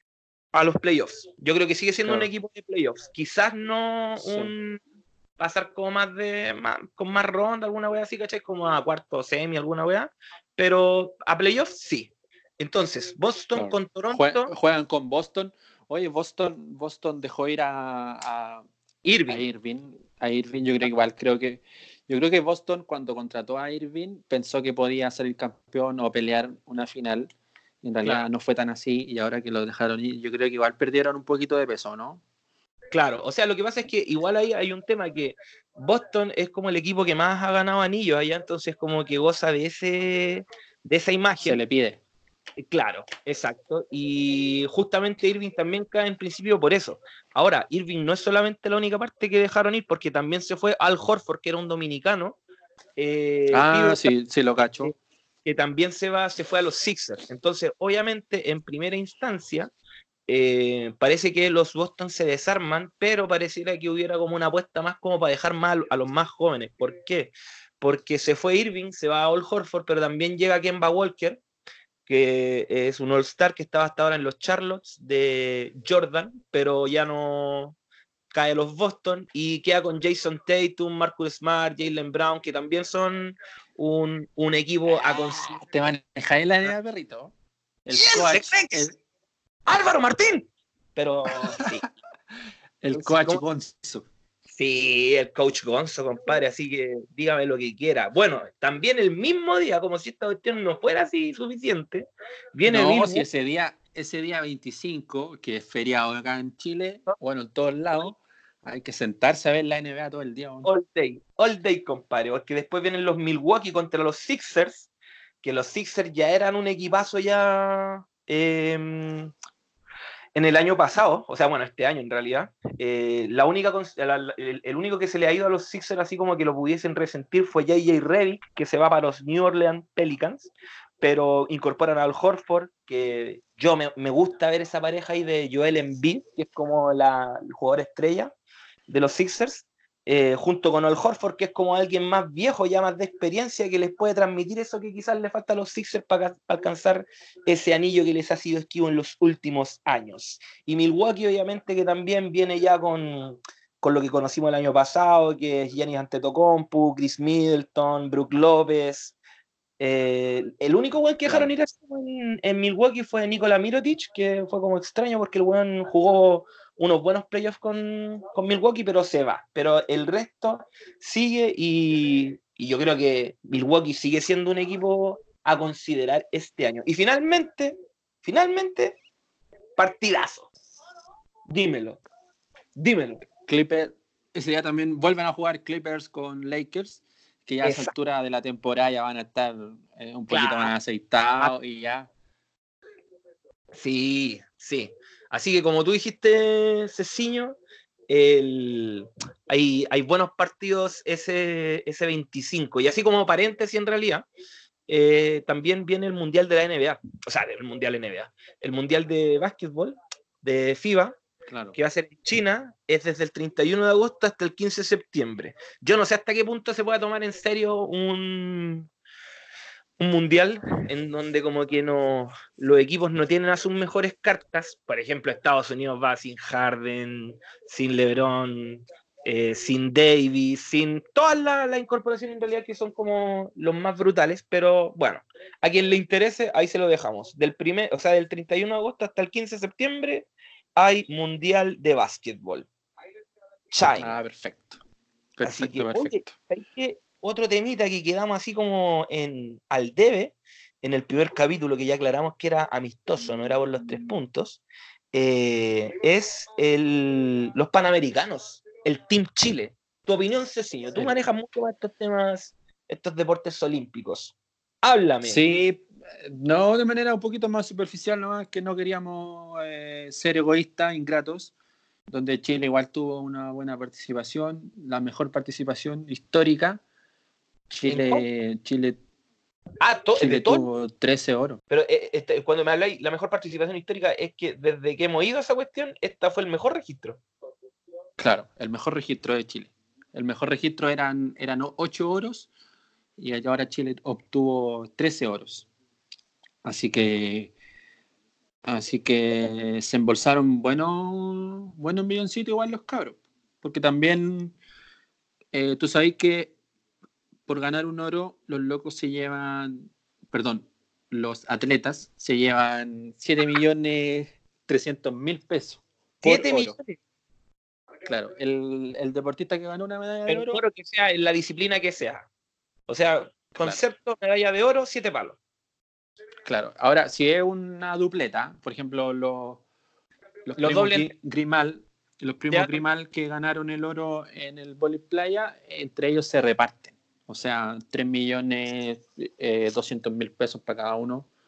Speaker 1: a los playoffs. Yo creo que sigue siendo un
Speaker 2: Claro.
Speaker 1: equipo de playoffs. Quizás no
Speaker 2: Sí.
Speaker 1: un pasar como más de más, con más ronda, alguna wea así, ¿cachai? Como a cuarto semi, alguna wea, pero a playoffs sí. Entonces, Boston
Speaker 2: Claro.
Speaker 1: con Toronto,
Speaker 2: Juegan con Boston. Oye, Boston, Boston dejó ir a, a,
Speaker 1: Irving.
Speaker 2: a Irving. A Irving, yo creo que igual, creo que yo creo que Boston cuando contrató a Irving pensó que podía ser el campeón o pelear una final. En realidad
Speaker 1: Claro.
Speaker 2: no fue tan así y ahora que lo dejaron ir, yo creo que igual perdieron un poquito de peso, ¿no?
Speaker 1: Claro, o sea, lo que pasa es que igual ahí hay un tema que Boston es como el equipo que más ha ganado anillos allá, entonces como que goza de ese de esa
Speaker 2: Se
Speaker 1: imagen.
Speaker 2: le pide.
Speaker 1: Claro, exacto. Y justamente Irving también cae en principio por eso. Ahora, Irving no es solamente la única parte que dejaron ir, porque también se fue Al Horford, que era un dominicano, eh,
Speaker 2: Ah,
Speaker 1: pibe,
Speaker 2: sí, sí lo
Speaker 1: que,
Speaker 2: cacho.
Speaker 1: que también se va, se fue a los Sixers. Entonces, obviamente, en primera instancia, eh, parece que los Boston se desarman, pero pareciera que hubiera como una apuesta más como para dejar más a los más jóvenes. ¿Por qué? Porque se fue Irving, se va a Al Horford, pero también llega Kemba Walker, que es un All-Star que estaba hasta ahora en los Charlottes de Jordan, pero ya no cae a los Boston y queda con Jason Tatum, Marcus Smart, Jaylen Brown, que también son un, un equipo a considerar.
Speaker 2: ¿Te manejáis la idea, perrito? El
Speaker 1: ¡Bien,
Speaker 2: coach,
Speaker 1: Sex!
Speaker 2: el,
Speaker 1: ¡Álvaro Martín! Pero sí,
Speaker 2: el
Speaker 1: sí,
Speaker 2: coach
Speaker 1: como-
Speaker 2: Gonzo.
Speaker 1: sí, el coach Gonzo, compadre, así que dígame lo que quiera. Bueno, también el mismo día, como si esta cuestión no fuera así suficiente, viene
Speaker 2: No,
Speaker 1: Bill
Speaker 2: si ese día, ese día veinticinco, que es feriado acá en Chile,
Speaker 1: Walton,
Speaker 2: bueno, en todos lados, hay que sentarse a ver la N B A todo el día. ¿No?
Speaker 1: all day, all day, compadre, porque después vienen los Milwaukee contra los Sixers, que los Sixers ya eran un equipazo ya eh, en el año pasado, o sea, bueno, este año en realidad. Eh, la única, la, el, el, único que se le ha ido a los Sixers así como que lo pudiesen resentir fue J J Redick, que se va para los New Orleans Pelicans, pero incorporan al Horford, que yo me, me gusta ver esa pareja ahí de Joel Embiid, que es como la, el jugador estrella de los Sixers, eh, junto con Al Horford, que es como alguien más viejo, ya más de experiencia, que les puede transmitir eso que quizás le falta a los Sixers para pa alcanzar ese anillo que les ha sido esquivo en los últimos años. Y Milwaukee, obviamente, que también viene ya con, con lo que conocimos el año pasado, que es Giannis Antetokounmpo, Chris Middleton, Brook López. Eh, el único weón que dejaron
Speaker 2: Claro.
Speaker 1: ir en, en Milwaukee fue Nikola Mirotic, que fue como extraño porque el weón jugó unos buenos playoffs con, con Milwaukee, pero se va. Pero el resto sigue y, y yo creo que Milwaukee sigue siendo un equipo a considerar este año. Y finalmente, finalmente, partidazo. Dímelo, dímelo.
Speaker 2: Clippers, ese día también vuelven a jugar Clippers con Lakers, que ya a esa
Speaker 1: Exacto.
Speaker 2: altura de la temporada ya van a estar eh, un poquito
Speaker 1: Claro.
Speaker 2: más aceitados y ya.
Speaker 1: Sí, sí. Así que como tú dijiste, Ceciño, el, hay, hay buenos partidos ese, ese veinticinco. Y así como paréntesis en realidad, eh, también viene el Mundial de la N B A. O sea, el Mundial N B A. El Mundial de Básquetbol de FIBA,
Speaker 2: Claro.
Speaker 1: que va a ser en China, es desde el treinta y uno de agosto hasta el quince de septiembre. Yo no sé hasta qué punto se pueda tomar en serio un, un mundial en donde como que no, los equipos no tienen a sus mejores cartas. Por ejemplo, Estados Unidos va sin Harden, sin LeBron, eh, sin Davis, sin todas las la incorporaciones en realidad que son como los más brutales, pero bueno, a quien le interese, ahí se lo dejamos. Del primer, o sea, del treinta y uno de agosto hasta el quince de septiembre hay Mundial de Básquetbol.
Speaker 2: Ah,
Speaker 1: China.
Speaker 2: perfecto.
Speaker 1: Así
Speaker 2: Perfecto,
Speaker 1: que, oye,
Speaker 2: perfecto.
Speaker 1: ¿sabes qué? Otro temita que quedamos así como en al debe, en el primer capítulo que ya aclaramos que era amistoso, no era por los tres puntos, eh, es el, los Panamericanos, el Team Chile. Tu opinión, Cecilio, tú
Speaker 2: El,
Speaker 1: manejas mucho más estos temas, estos deportes olímpicos. Háblame.
Speaker 2: sí, no de manera un poquito más superficial, nomás que no queríamos eh, ser egoístas, ingratos, donde Chile igual tuvo una buena participación, la mejor participación histórica.
Speaker 1: ¿En cuál?
Speaker 2: Chile, Chile,
Speaker 1: Ah, to- de
Speaker 2: Chile
Speaker 1: todo.
Speaker 2: tuvo trece oro.
Speaker 1: Pero eh, este, cuando me habláis, la mejor participación histórica es que desde que hemos ido a esa cuestión, esta fue el mejor registro.
Speaker 2: Claro, el mejor registro de Chile. El mejor registro eran, eran ocho oros y ahora Chile obtuvo trece oros. Así que, así que se embolsaron buenos buenos milloncitos igual los cabros. Porque también eh, tú sabes que por ganar un oro los locos se llevan, perdón, los atletas se llevan siete millones trescientos mil pesos por
Speaker 1: Siete
Speaker 2: oro.
Speaker 1: millones.
Speaker 2: Claro, el, el deportista que ganó una medalla de
Speaker 1: Pero un
Speaker 2: oro,
Speaker 1: oro que sea en la disciplina que sea. O sea,
Speaker 2: claro.
Speaker 1: concepto, medalla de oro, siete palos.
Speaker 2: Claro, ahora si es una dupleta, por ejemplo, los, los
Speaker 1: Los
Speaker 2: primos
Speaker 1: dobles
Speaker 2: Grimal, los primos
Speaker 1: ya.
Speaker 2: Grimal que ganaron el oro en el vóley playa, entre ellos se reparten. O sea, tres millones doscientos mil pesos para cada uno.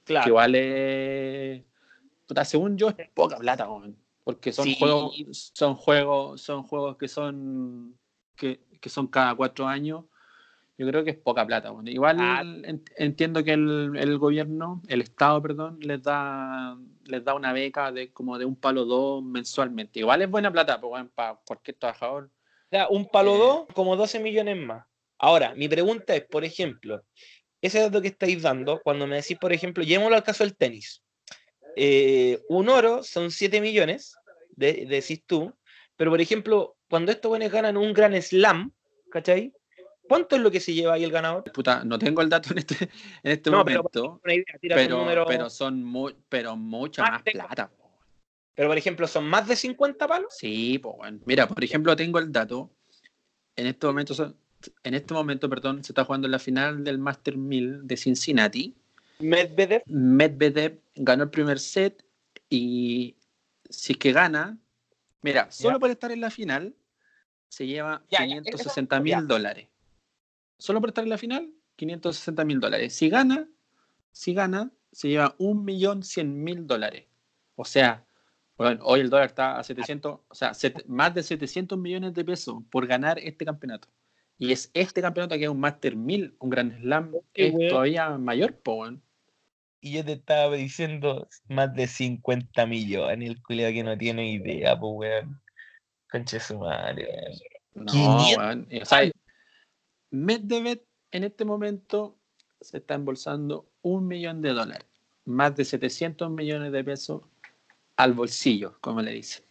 Speaker 1: Claro.
Speaker 2: Que igual es... Puta, según yo, es poca plata, weón. Porque son
Speaker 1: Sí.
Speaker 2: juegos, son juegos, son juegos que son que, que son cada cuatro años. Yo creo que es poca plata, weón. Igual
Speaker 1: Ah,
Speaker 2: en- entiendo que el, el gobierno, el Estado, perdón, les da les da una beca de como de un palo dos mensualmente. Igual es buena plata, pues, weón, para cualquier trabajador.
Speaker 1: ya, un palo
Speaker 2: Eh,
Speaker 1: dos, como doce millones más. Ahora, mi pregunta es, por ejemplo, ese dato que estáis dando, cuando me decís, por ejemplo, llevémoslo al caso del tenis. Eh, un oro son siete millones, de, decís tú, pero por ejemplo, cuando estos buenos ganan un gran slam, ¿cachai? ¿Cuánto es lo que se lleva ahí el ganador?
Speaker 2: puta, no tengo el dato en este, en este
Speaker 1: No, pero para
Speaker 2: momento,
Speaker 1: una idea, tírate un
Speaker 2: pero,
Speaker 1: número
Speaker 2: pero son muy, pero mucha
Speaker 1: más
Speaker 2: más
Speaker 1: de,
Speaker 2: plata.
Speaker 1: pero por ejemplo, son más de cincuenta palos.
Speaker 2: Sí, pues bueno. Mira, por ejemplo, tengo el dato. En este momento, son- en este momento, perdón, se está jugando la final del Master mil de Cincinnati.
Speaker 1: Medvedev.
Speaker 2: Medvedev ganó el primer set y si es que gana, mira,
Speaker 1: Ya,
Speaker 2: solo por estar en la final se lleva
Speaker 1: ya, ya,
Speaker 2: quinientos
Speaker 1: eso-
Speaker 2: sesenta
Speaker 1: ya.
Speaker 2: mil dólares. Solo por estar en la final, quinientos sesenta mil dólares. Si gana, si gana, se lleva un millón cien mil dólares. O sea, bueno, hoy el dólar está a setecientos, o sea, set, más de setecientos millones de pesos por ganar este campeonato. Y es este campeonato que es un Master mil, un Grand Slam,
Speaker 1: Qué
Speaker 2: es
Speaker 1: weón.
Speaker 2: todavía mayor, po, weón.
Speaker 1: Y yo te estaba diciendo más de cincuenta millones, el culiao que no tiene idea, pues, weón. Conche su madre, weón.
Speaker 2: No,
Speaker 1: quinientos
Speaker 2: weón. O sea,
Speaker 1: palos.
Speaker 2: Medvedev en este momento se está embolsando un millón de dólares, más de setecientos millones de pesos al bolsillo, como le dicen.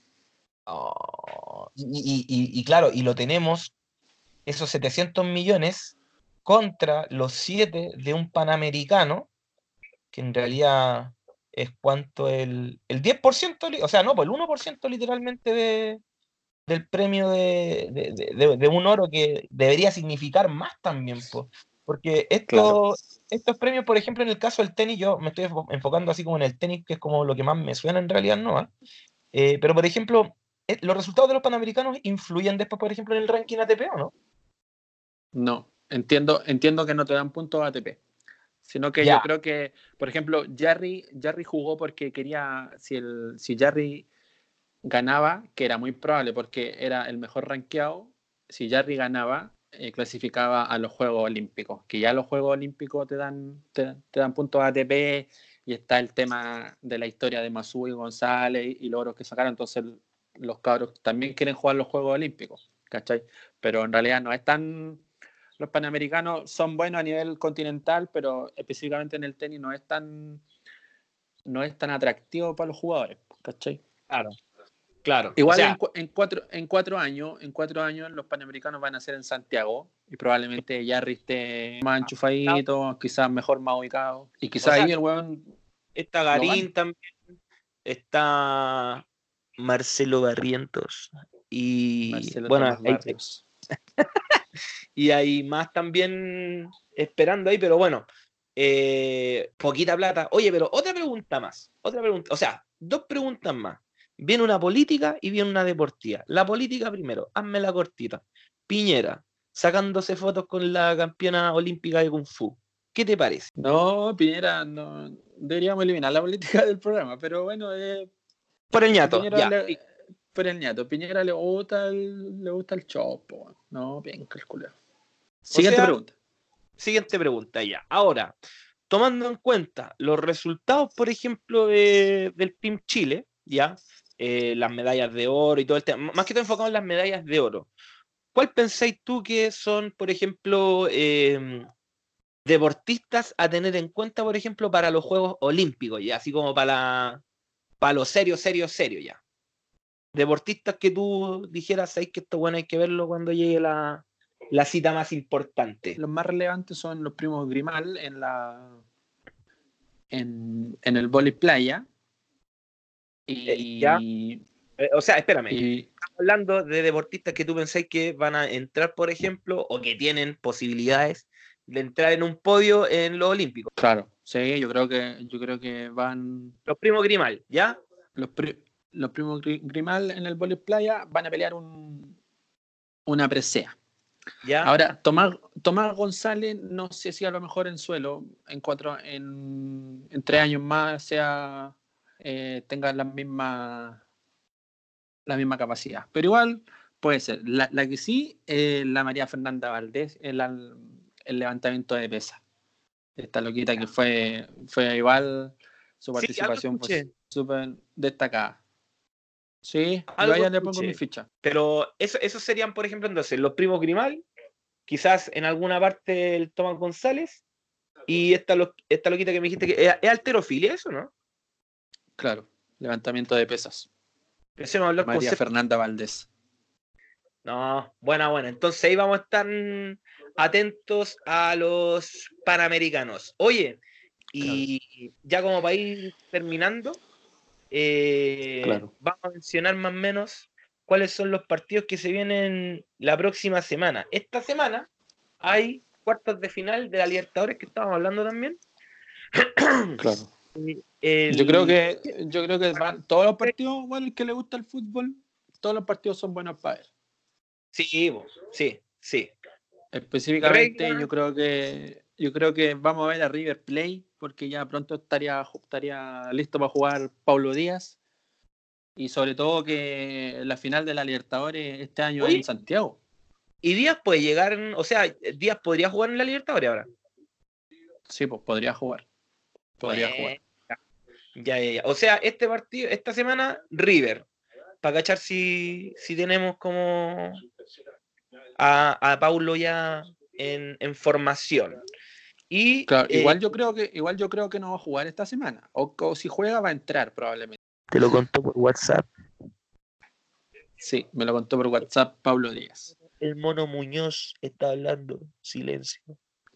Speaker 1: Oh, y, y- y- y claro, y lo tenemos, esos setecientos millones contra los siete de un Panamericano, que en realidad es cuánto el, el diez por ciento, li- o sea, no, pues el uno por ciento literalmente de, del premio de, de, de- de- de un oro que debería significar más también, po. Porque
Speaker 2: Claro.
Speaker 1: estos, estos premios, por ejemplo, en el caso del tenis, yo me estoy enfo- enfocando así como en el tenis, que es como lo que más me suena en realidad, ¿no? ¿Ah? Eh, pero, por ejemplo, eh, los resultados de los Panamericanos influyen después, por ejemplo, en el ranking A T P, ¿o no?
Speaker 2: No, entiendo, entiendo que no te dan puntos A T P, sino que yo
Speaker 1: Ya,
Speaker 2: creo que, por ejemplo, Jarry, Jarry jugó porque quería, si, el, si Jarry ganaba, que era muy probable porque era el mejor rankeado, si Jarry ganaba, eh, clasificaba a los Juegos Olímpicos, que ya los Juegos Olímpicos te dan, te, te dan puntos A T P y está el tema de la historia de Masú y González y los oros que sacaron, entonces los cabros también quieren jugar los Juegos Olímpicos, ¿cachai? Pero en realidad no es tan... Los panamericanos son buenos a nivel continental, pero específicamente en el tenis no es tan, no es tan atractivo para los jugadores, ¿cachai?
Speaker 1: claro, claro. O
Speaker 2: Igual en,
Speaker 1: sea,
Speaker 2: cu- en, cuatro, en, cuatro años, en cuatro años los Panamericanos van a ser en Santiago y probablemente Jarry esté más enchufadito, quizás mejor más ubicado. Y
Speaker 1: o
Speaker 2: quizás
Speaker 1: sea,
Speaker 2: ahí el weón
Speaker 1: está
Speaker 2: lo gane.
Speaker 1: Garín también, está Marcelo Barrientos. Y
Speaker 2: Marcelo
Speaker 1: bueno,
Speaker 2: Tomás
Speaker 1: hay,
Speaker 2: Barrios.
Speaker 1: y hay más también esperando ahí, pero bueno, eh, poquita plata. Oye, pero otra pregunta más, otra pregunta, o sea, dos preguntas más. Viene una política y viene una deportiva. La política primero, hazme la cortita. Piñera, sacándose fotos con la campeona olímpica de Kung Fu. ¿Qué te parece?
Speaker 2: No, Piñera, no deberíamos eliminar la política del programa, pero bueno, eh,
Speaker 1: Por el
Speaker 2: a
Speaker 1: ñato,
Speaker 2: Piñera
Speaker 1: ya.
Speaker 2: le, por el ñato, Piñera le gusta el, le gusta el chopo. No, bien calculado.
Speaker 1: O
Speaker 2: Siguiente
Speaker 1: sea,
Speaker 2: pregunta.
Speaker 1: siguiente pregunta ya. Ahora, tomando en cuenta los resultados, por ejemplo, de- del Team Chile, ya, eh, las medallas de oro y todo el tema, más que todo enfocado en las medallas de oro, ¿cuál pensáis tú que son, por ejemplo, eh, deportistas a tener en cuenta, por ejemplo, para los Juegos Olímpicos, ya, así como para, la- para lo serio, serio, serio, ya? Deportistas que tú dijeras, ¿sabes que esto bueno hay que verlo cuando llegue la, la cita más importante?
Speaker 2: Los más relevantes son los primos Grimal en la en, en el vóley playa
Speaker 1: Eh, ya,
Speaker 2: y,
Speaker 1: eh, o sea, espérame,
Speaker 2: y
Speaker 1: hablando de deportistas que tú pensáis que van a entrar, por ejemplo, o que tienen posibilidades de entrar en un podio en los Olímpicos.
Speaker 2: claro, sí, yo creo que yo creo que van
Speaker 1: Los primos Grimal, ¿ya?
Speaker 2: los, pri- los primos Gri- Grimal en el vóley playa van a pelear un, una presea.
Speaker 1: ¿Ya?
Speaker 2: Ahora, Tomás, Tomás González, no sé si a lo mejor en suelo, en cuatro, en, en tres años más sea eh, tenga la misma, la misma capacidad. Pero igual puede ser. La, la que sí, eh, la María Fernanda Valdés, el, el levantamiento de pesas. Esta loquita que fue, fue igual, su
Speaker 1: Sí, algo
Speaker 2: participación fue
Speaker 1: escuché,
Speaker 2: súper destacada. Sí, yo a
Speaker 1: algo
Speaker 2: ella le pongo mi
Speaker 1: escuché.
Speaker 2: ficha.
Speaker 1: Pero eso, esos serían, por ejemplo, entonces, los primos Grimal, quizás en alguna parte el Tomás González, y esta, lo, esta loquita que me dijiste que es, es alterofilia, eso, ¿no?
Speaker 2: Claro, levantamiento de pesas.
Speaker 1: Empecemos a hablar
Speaker 2: María
Speaker 1: conceptos.
Speaker 2: Fernanda Valdés.
Speaker 1: No, buena, buena. Entonces ahí vamos a estar atentos a los Panamericanos. Oye,
Speaker 2: Claro,
Speaker 1: y ya como para ir terminando, eh,
Speaker 2: claro.
Speaker 1: vamos a mencionar más o menos cuáles son los partidos que se vienen la próxima semana. Esta semana hay cuartos de final de la Libertadores que estábamos hablando también.
Speaker 2: Claro. Yo creo
Speaker 1: El...
Speaker 2: que, yo creo que van, todos los partidos, bueno, el que le gusta el fútbol, todos los partidos son buenos para ver.
Speaker 1: Sí, bo, sí, sí.
Speaker 2: Específicamente,
Speaker 1: Regla,
Speaker 2: yo creo que, yo creo que vamos a ver a River Plate, porque ya pronto estaría, estaría listo para jugar Paulo Díaz. Y sobre todo que la final de la Libertadores este año es en
Speaker 1: oye,
Speaker 2: Santiago.
Speaker 1: y Díaz puede llegar, o sea, Díaz podría jugar en la Libertadores ahora.
Speaker 2: Sí, pues podría jugar. Podría
Speaker 1: Bueno,
Speaker 2: jugar.
Speaker 1: ya, ya, ya. O sea, este partido, esta semana, River. Para cachar si, si tenemos como a, a Paulo ya en, en formación. Y
Speaker 2: Claro,
Speaker 1: eh,
Speaker 2: igual yo creo que, igual yo creo que no va a jugar esta semana. O, o si juega va a entrar probablemente.
Speaker 1: te lo contó por WhatsApp.
Speaker 2: Sí, me lo contó por WhatsApp Pablo Díaz.
Speaker 1: El mono Muñoz está hablando. Silencio.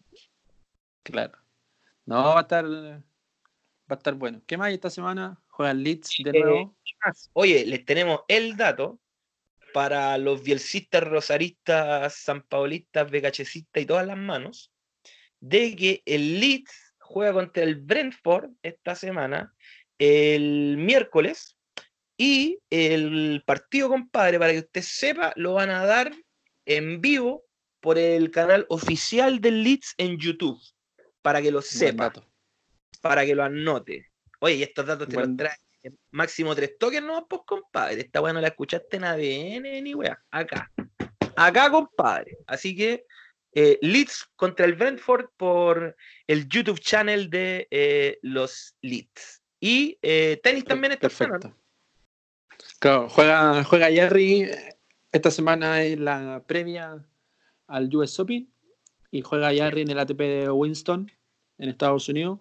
Speaker 2: Claro. No, va a estar, va a estar bueno. ¿Qué más hay esta semana? Juega el Leeds de
Speaker 1: Eh,
Speaker 2: nuevo.
Speaker 1: oye, les tenemos el dato para los bielcistas, rosaristas, sanpaolistas, becachecistas y todas las manos, de que el Leeds juega contra el Brentford esta semana, el miércoles, y el partido, compadre, para que usted sepa, lo van a dar en vivo por el canal oficial del Leeds en YouTube, para que lo
Speaker 2: Buen
Speaker 1: sepa,
Speaker 2: dato.
Speaker 1: para que lo anote. Oye, y estos datos te los
Speaker 2: Buen,
Speaker 1: trae máximo tres toques, no, pues, compadre. Esta weá no la escuchaste en A D N ni weá. Acá. Acá, compadre. Así que eh, Leeds contra el Brentford por el YouTube channel de eh, los Leeds. Y eh, tenis también esta semana, ¿no?
Speaker 2: perfecto. Claro, juega, juega Jerry. Esta semana es la previa al U S Open y juega Jerry en el A T P de Winston en Estados Unidos.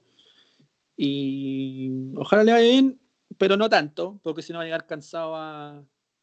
Speaker 2: Y ojalá le vaya bien, pero no tanto, porque si no va a llegar cansado a,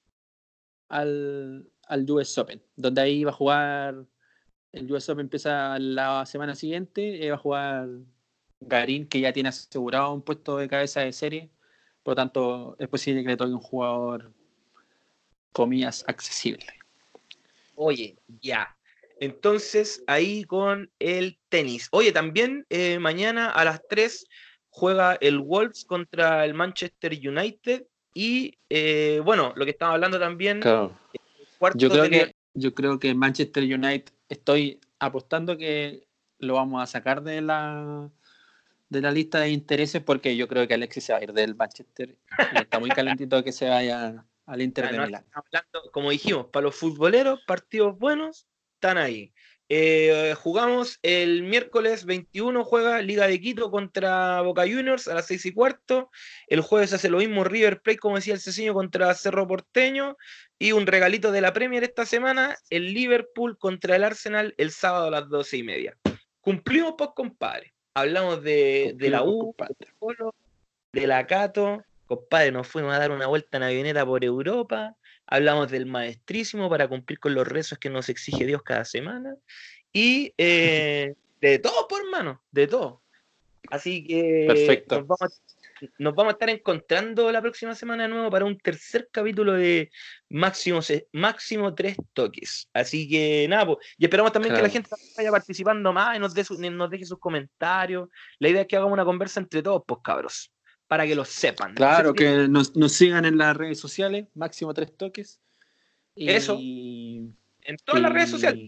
Speaker 2: al, al U S Open, donde ahí va a jugar. El U S Open empieza la semana siguiente, eh, va a jugar Garín, que ya tiene asegurado un puesto de cabeza de serie. Por lo tanto, es posible que le toque un jugador, comillas, accesible.
Speaker 1: Oye, ya. Entonces, ahí con el tenis. Oye, también eh, mañana a las tres juega el Wolves contra el Manchester United. Y eh, bueno, lo que estamos hablando también,
Speaker 2: Claro. Yo
Speaker 1: cuartos
Speaker 2: creo
Speaker 1: de
Speaker 2: que,
Speaker 1: libertad.
Speaker 2: yo creo que Manchester United, estoy apostando que lo vamos a sacar de la, de la lista de intereses porque yo creo que Alexis se va a ir del Manchester y está muy calentito que se vaya al Inter de
Speaker 1: No,
Speaker 2: Milán.
Speaker 1: estamos hablando, como dijimos, para los futboleros, partidos buenos, están ahí. Eh, jugamos el miércoles veintiuno, juega Liga de Quito contra Boca Juniors a las seis y cuarto. El jueves hace lo mismo River Plate, como decía el Ceciño, contra Cerro Porteño. Y un regalito de la Premier esta semana, el Liverpool contra el Arsenal el sábado a las doce y media. Cumplimos, pues, compadre. Hablamos de, de la
Speaker 2: Cumplido por
Speaker 1: U,
Speaker 2: compadre.
Speaker 1: de Colo, de la Cato. Compadre, nos fuimos a dar una vuelta en avioneta por Europa, hablamos del maestrísimo para cumplir con los rezos que nos exige Dios cada semana, y eh, de todo, por hermano, de todo. Así que
Speaker 2: Perfecto.
Speaker 1: nos vamos, nos vamos a estar encontrando la próxima semana de nuevo para un tercer capítulo de Máximo, máximo Tres Toques. Así que nada, pues, y esperamos también que la
Speaker 2: Claro.
Speaker 1: gente vaya participando más y nos, dé su- nos deje sus comentarios. La idea es que hagamos una conversa entre todos, pues cabros, para que lo sepan. No sé si
Speaker 2: Claro, que nos, nos sigan en las redes sociales, máximo tres toques.
Speaker 1: eso,
Speaker 2: Y,
Speaker 1: en todas las redes sociales.
Speaker 2: y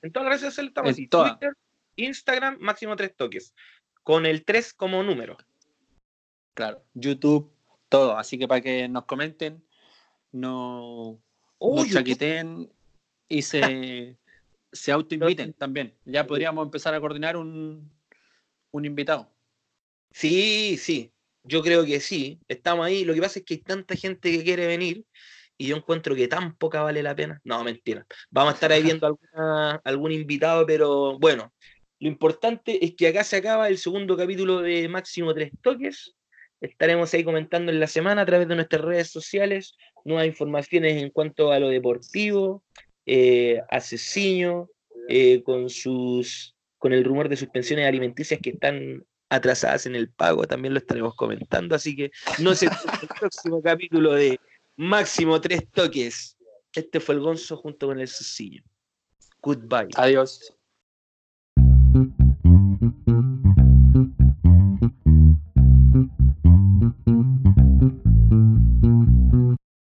Speaker 1: En todas las redes sociales estamos
Speaker 2: En
Speaker 1: así.
Speaker 2: todas.
Speaker 1: Twitter, Instagram, máximo tres toques. Con el tres como número.
Speaker 2: Claro, YouTube, todo. Así que para que nos comenten, no,
Speaker 1: Oh,
Speaker 2: nos
Speaker 1: YouTube.
Speaker 2: chaqueteen y se, se autoinviten también. Ya podríamos empezar a coordinar un, un invitado.
Speaker 1: Sí, sí. Yo creo que sí. Estamos ahí. Lo que pasa es que hay tanta gente que quiere venir y yo encuentro que tan poca vale la pena. No, mentira. Vamos a estar ahí viendo alguna, algún invitado, pero bueno. Lo importante es que acá se acaba el segundo capítulo de Máximo Tres Toques. Estaremos ahí comentando en la semana a través de nuestras redes sociales nuevas informaciones en cuanto a lo deportivo, eh, a Ceciño, eh, con sus con el rumor de sus pensiones alimenticias que están atrasadas en el pago, también lo estaremos comentando, así que no se pierdan el próximo capítulo de Máximo Tres Toques. Este fue el Gonzo junto con el Cecillo. Goodbye.
Speaker 2: Adiós.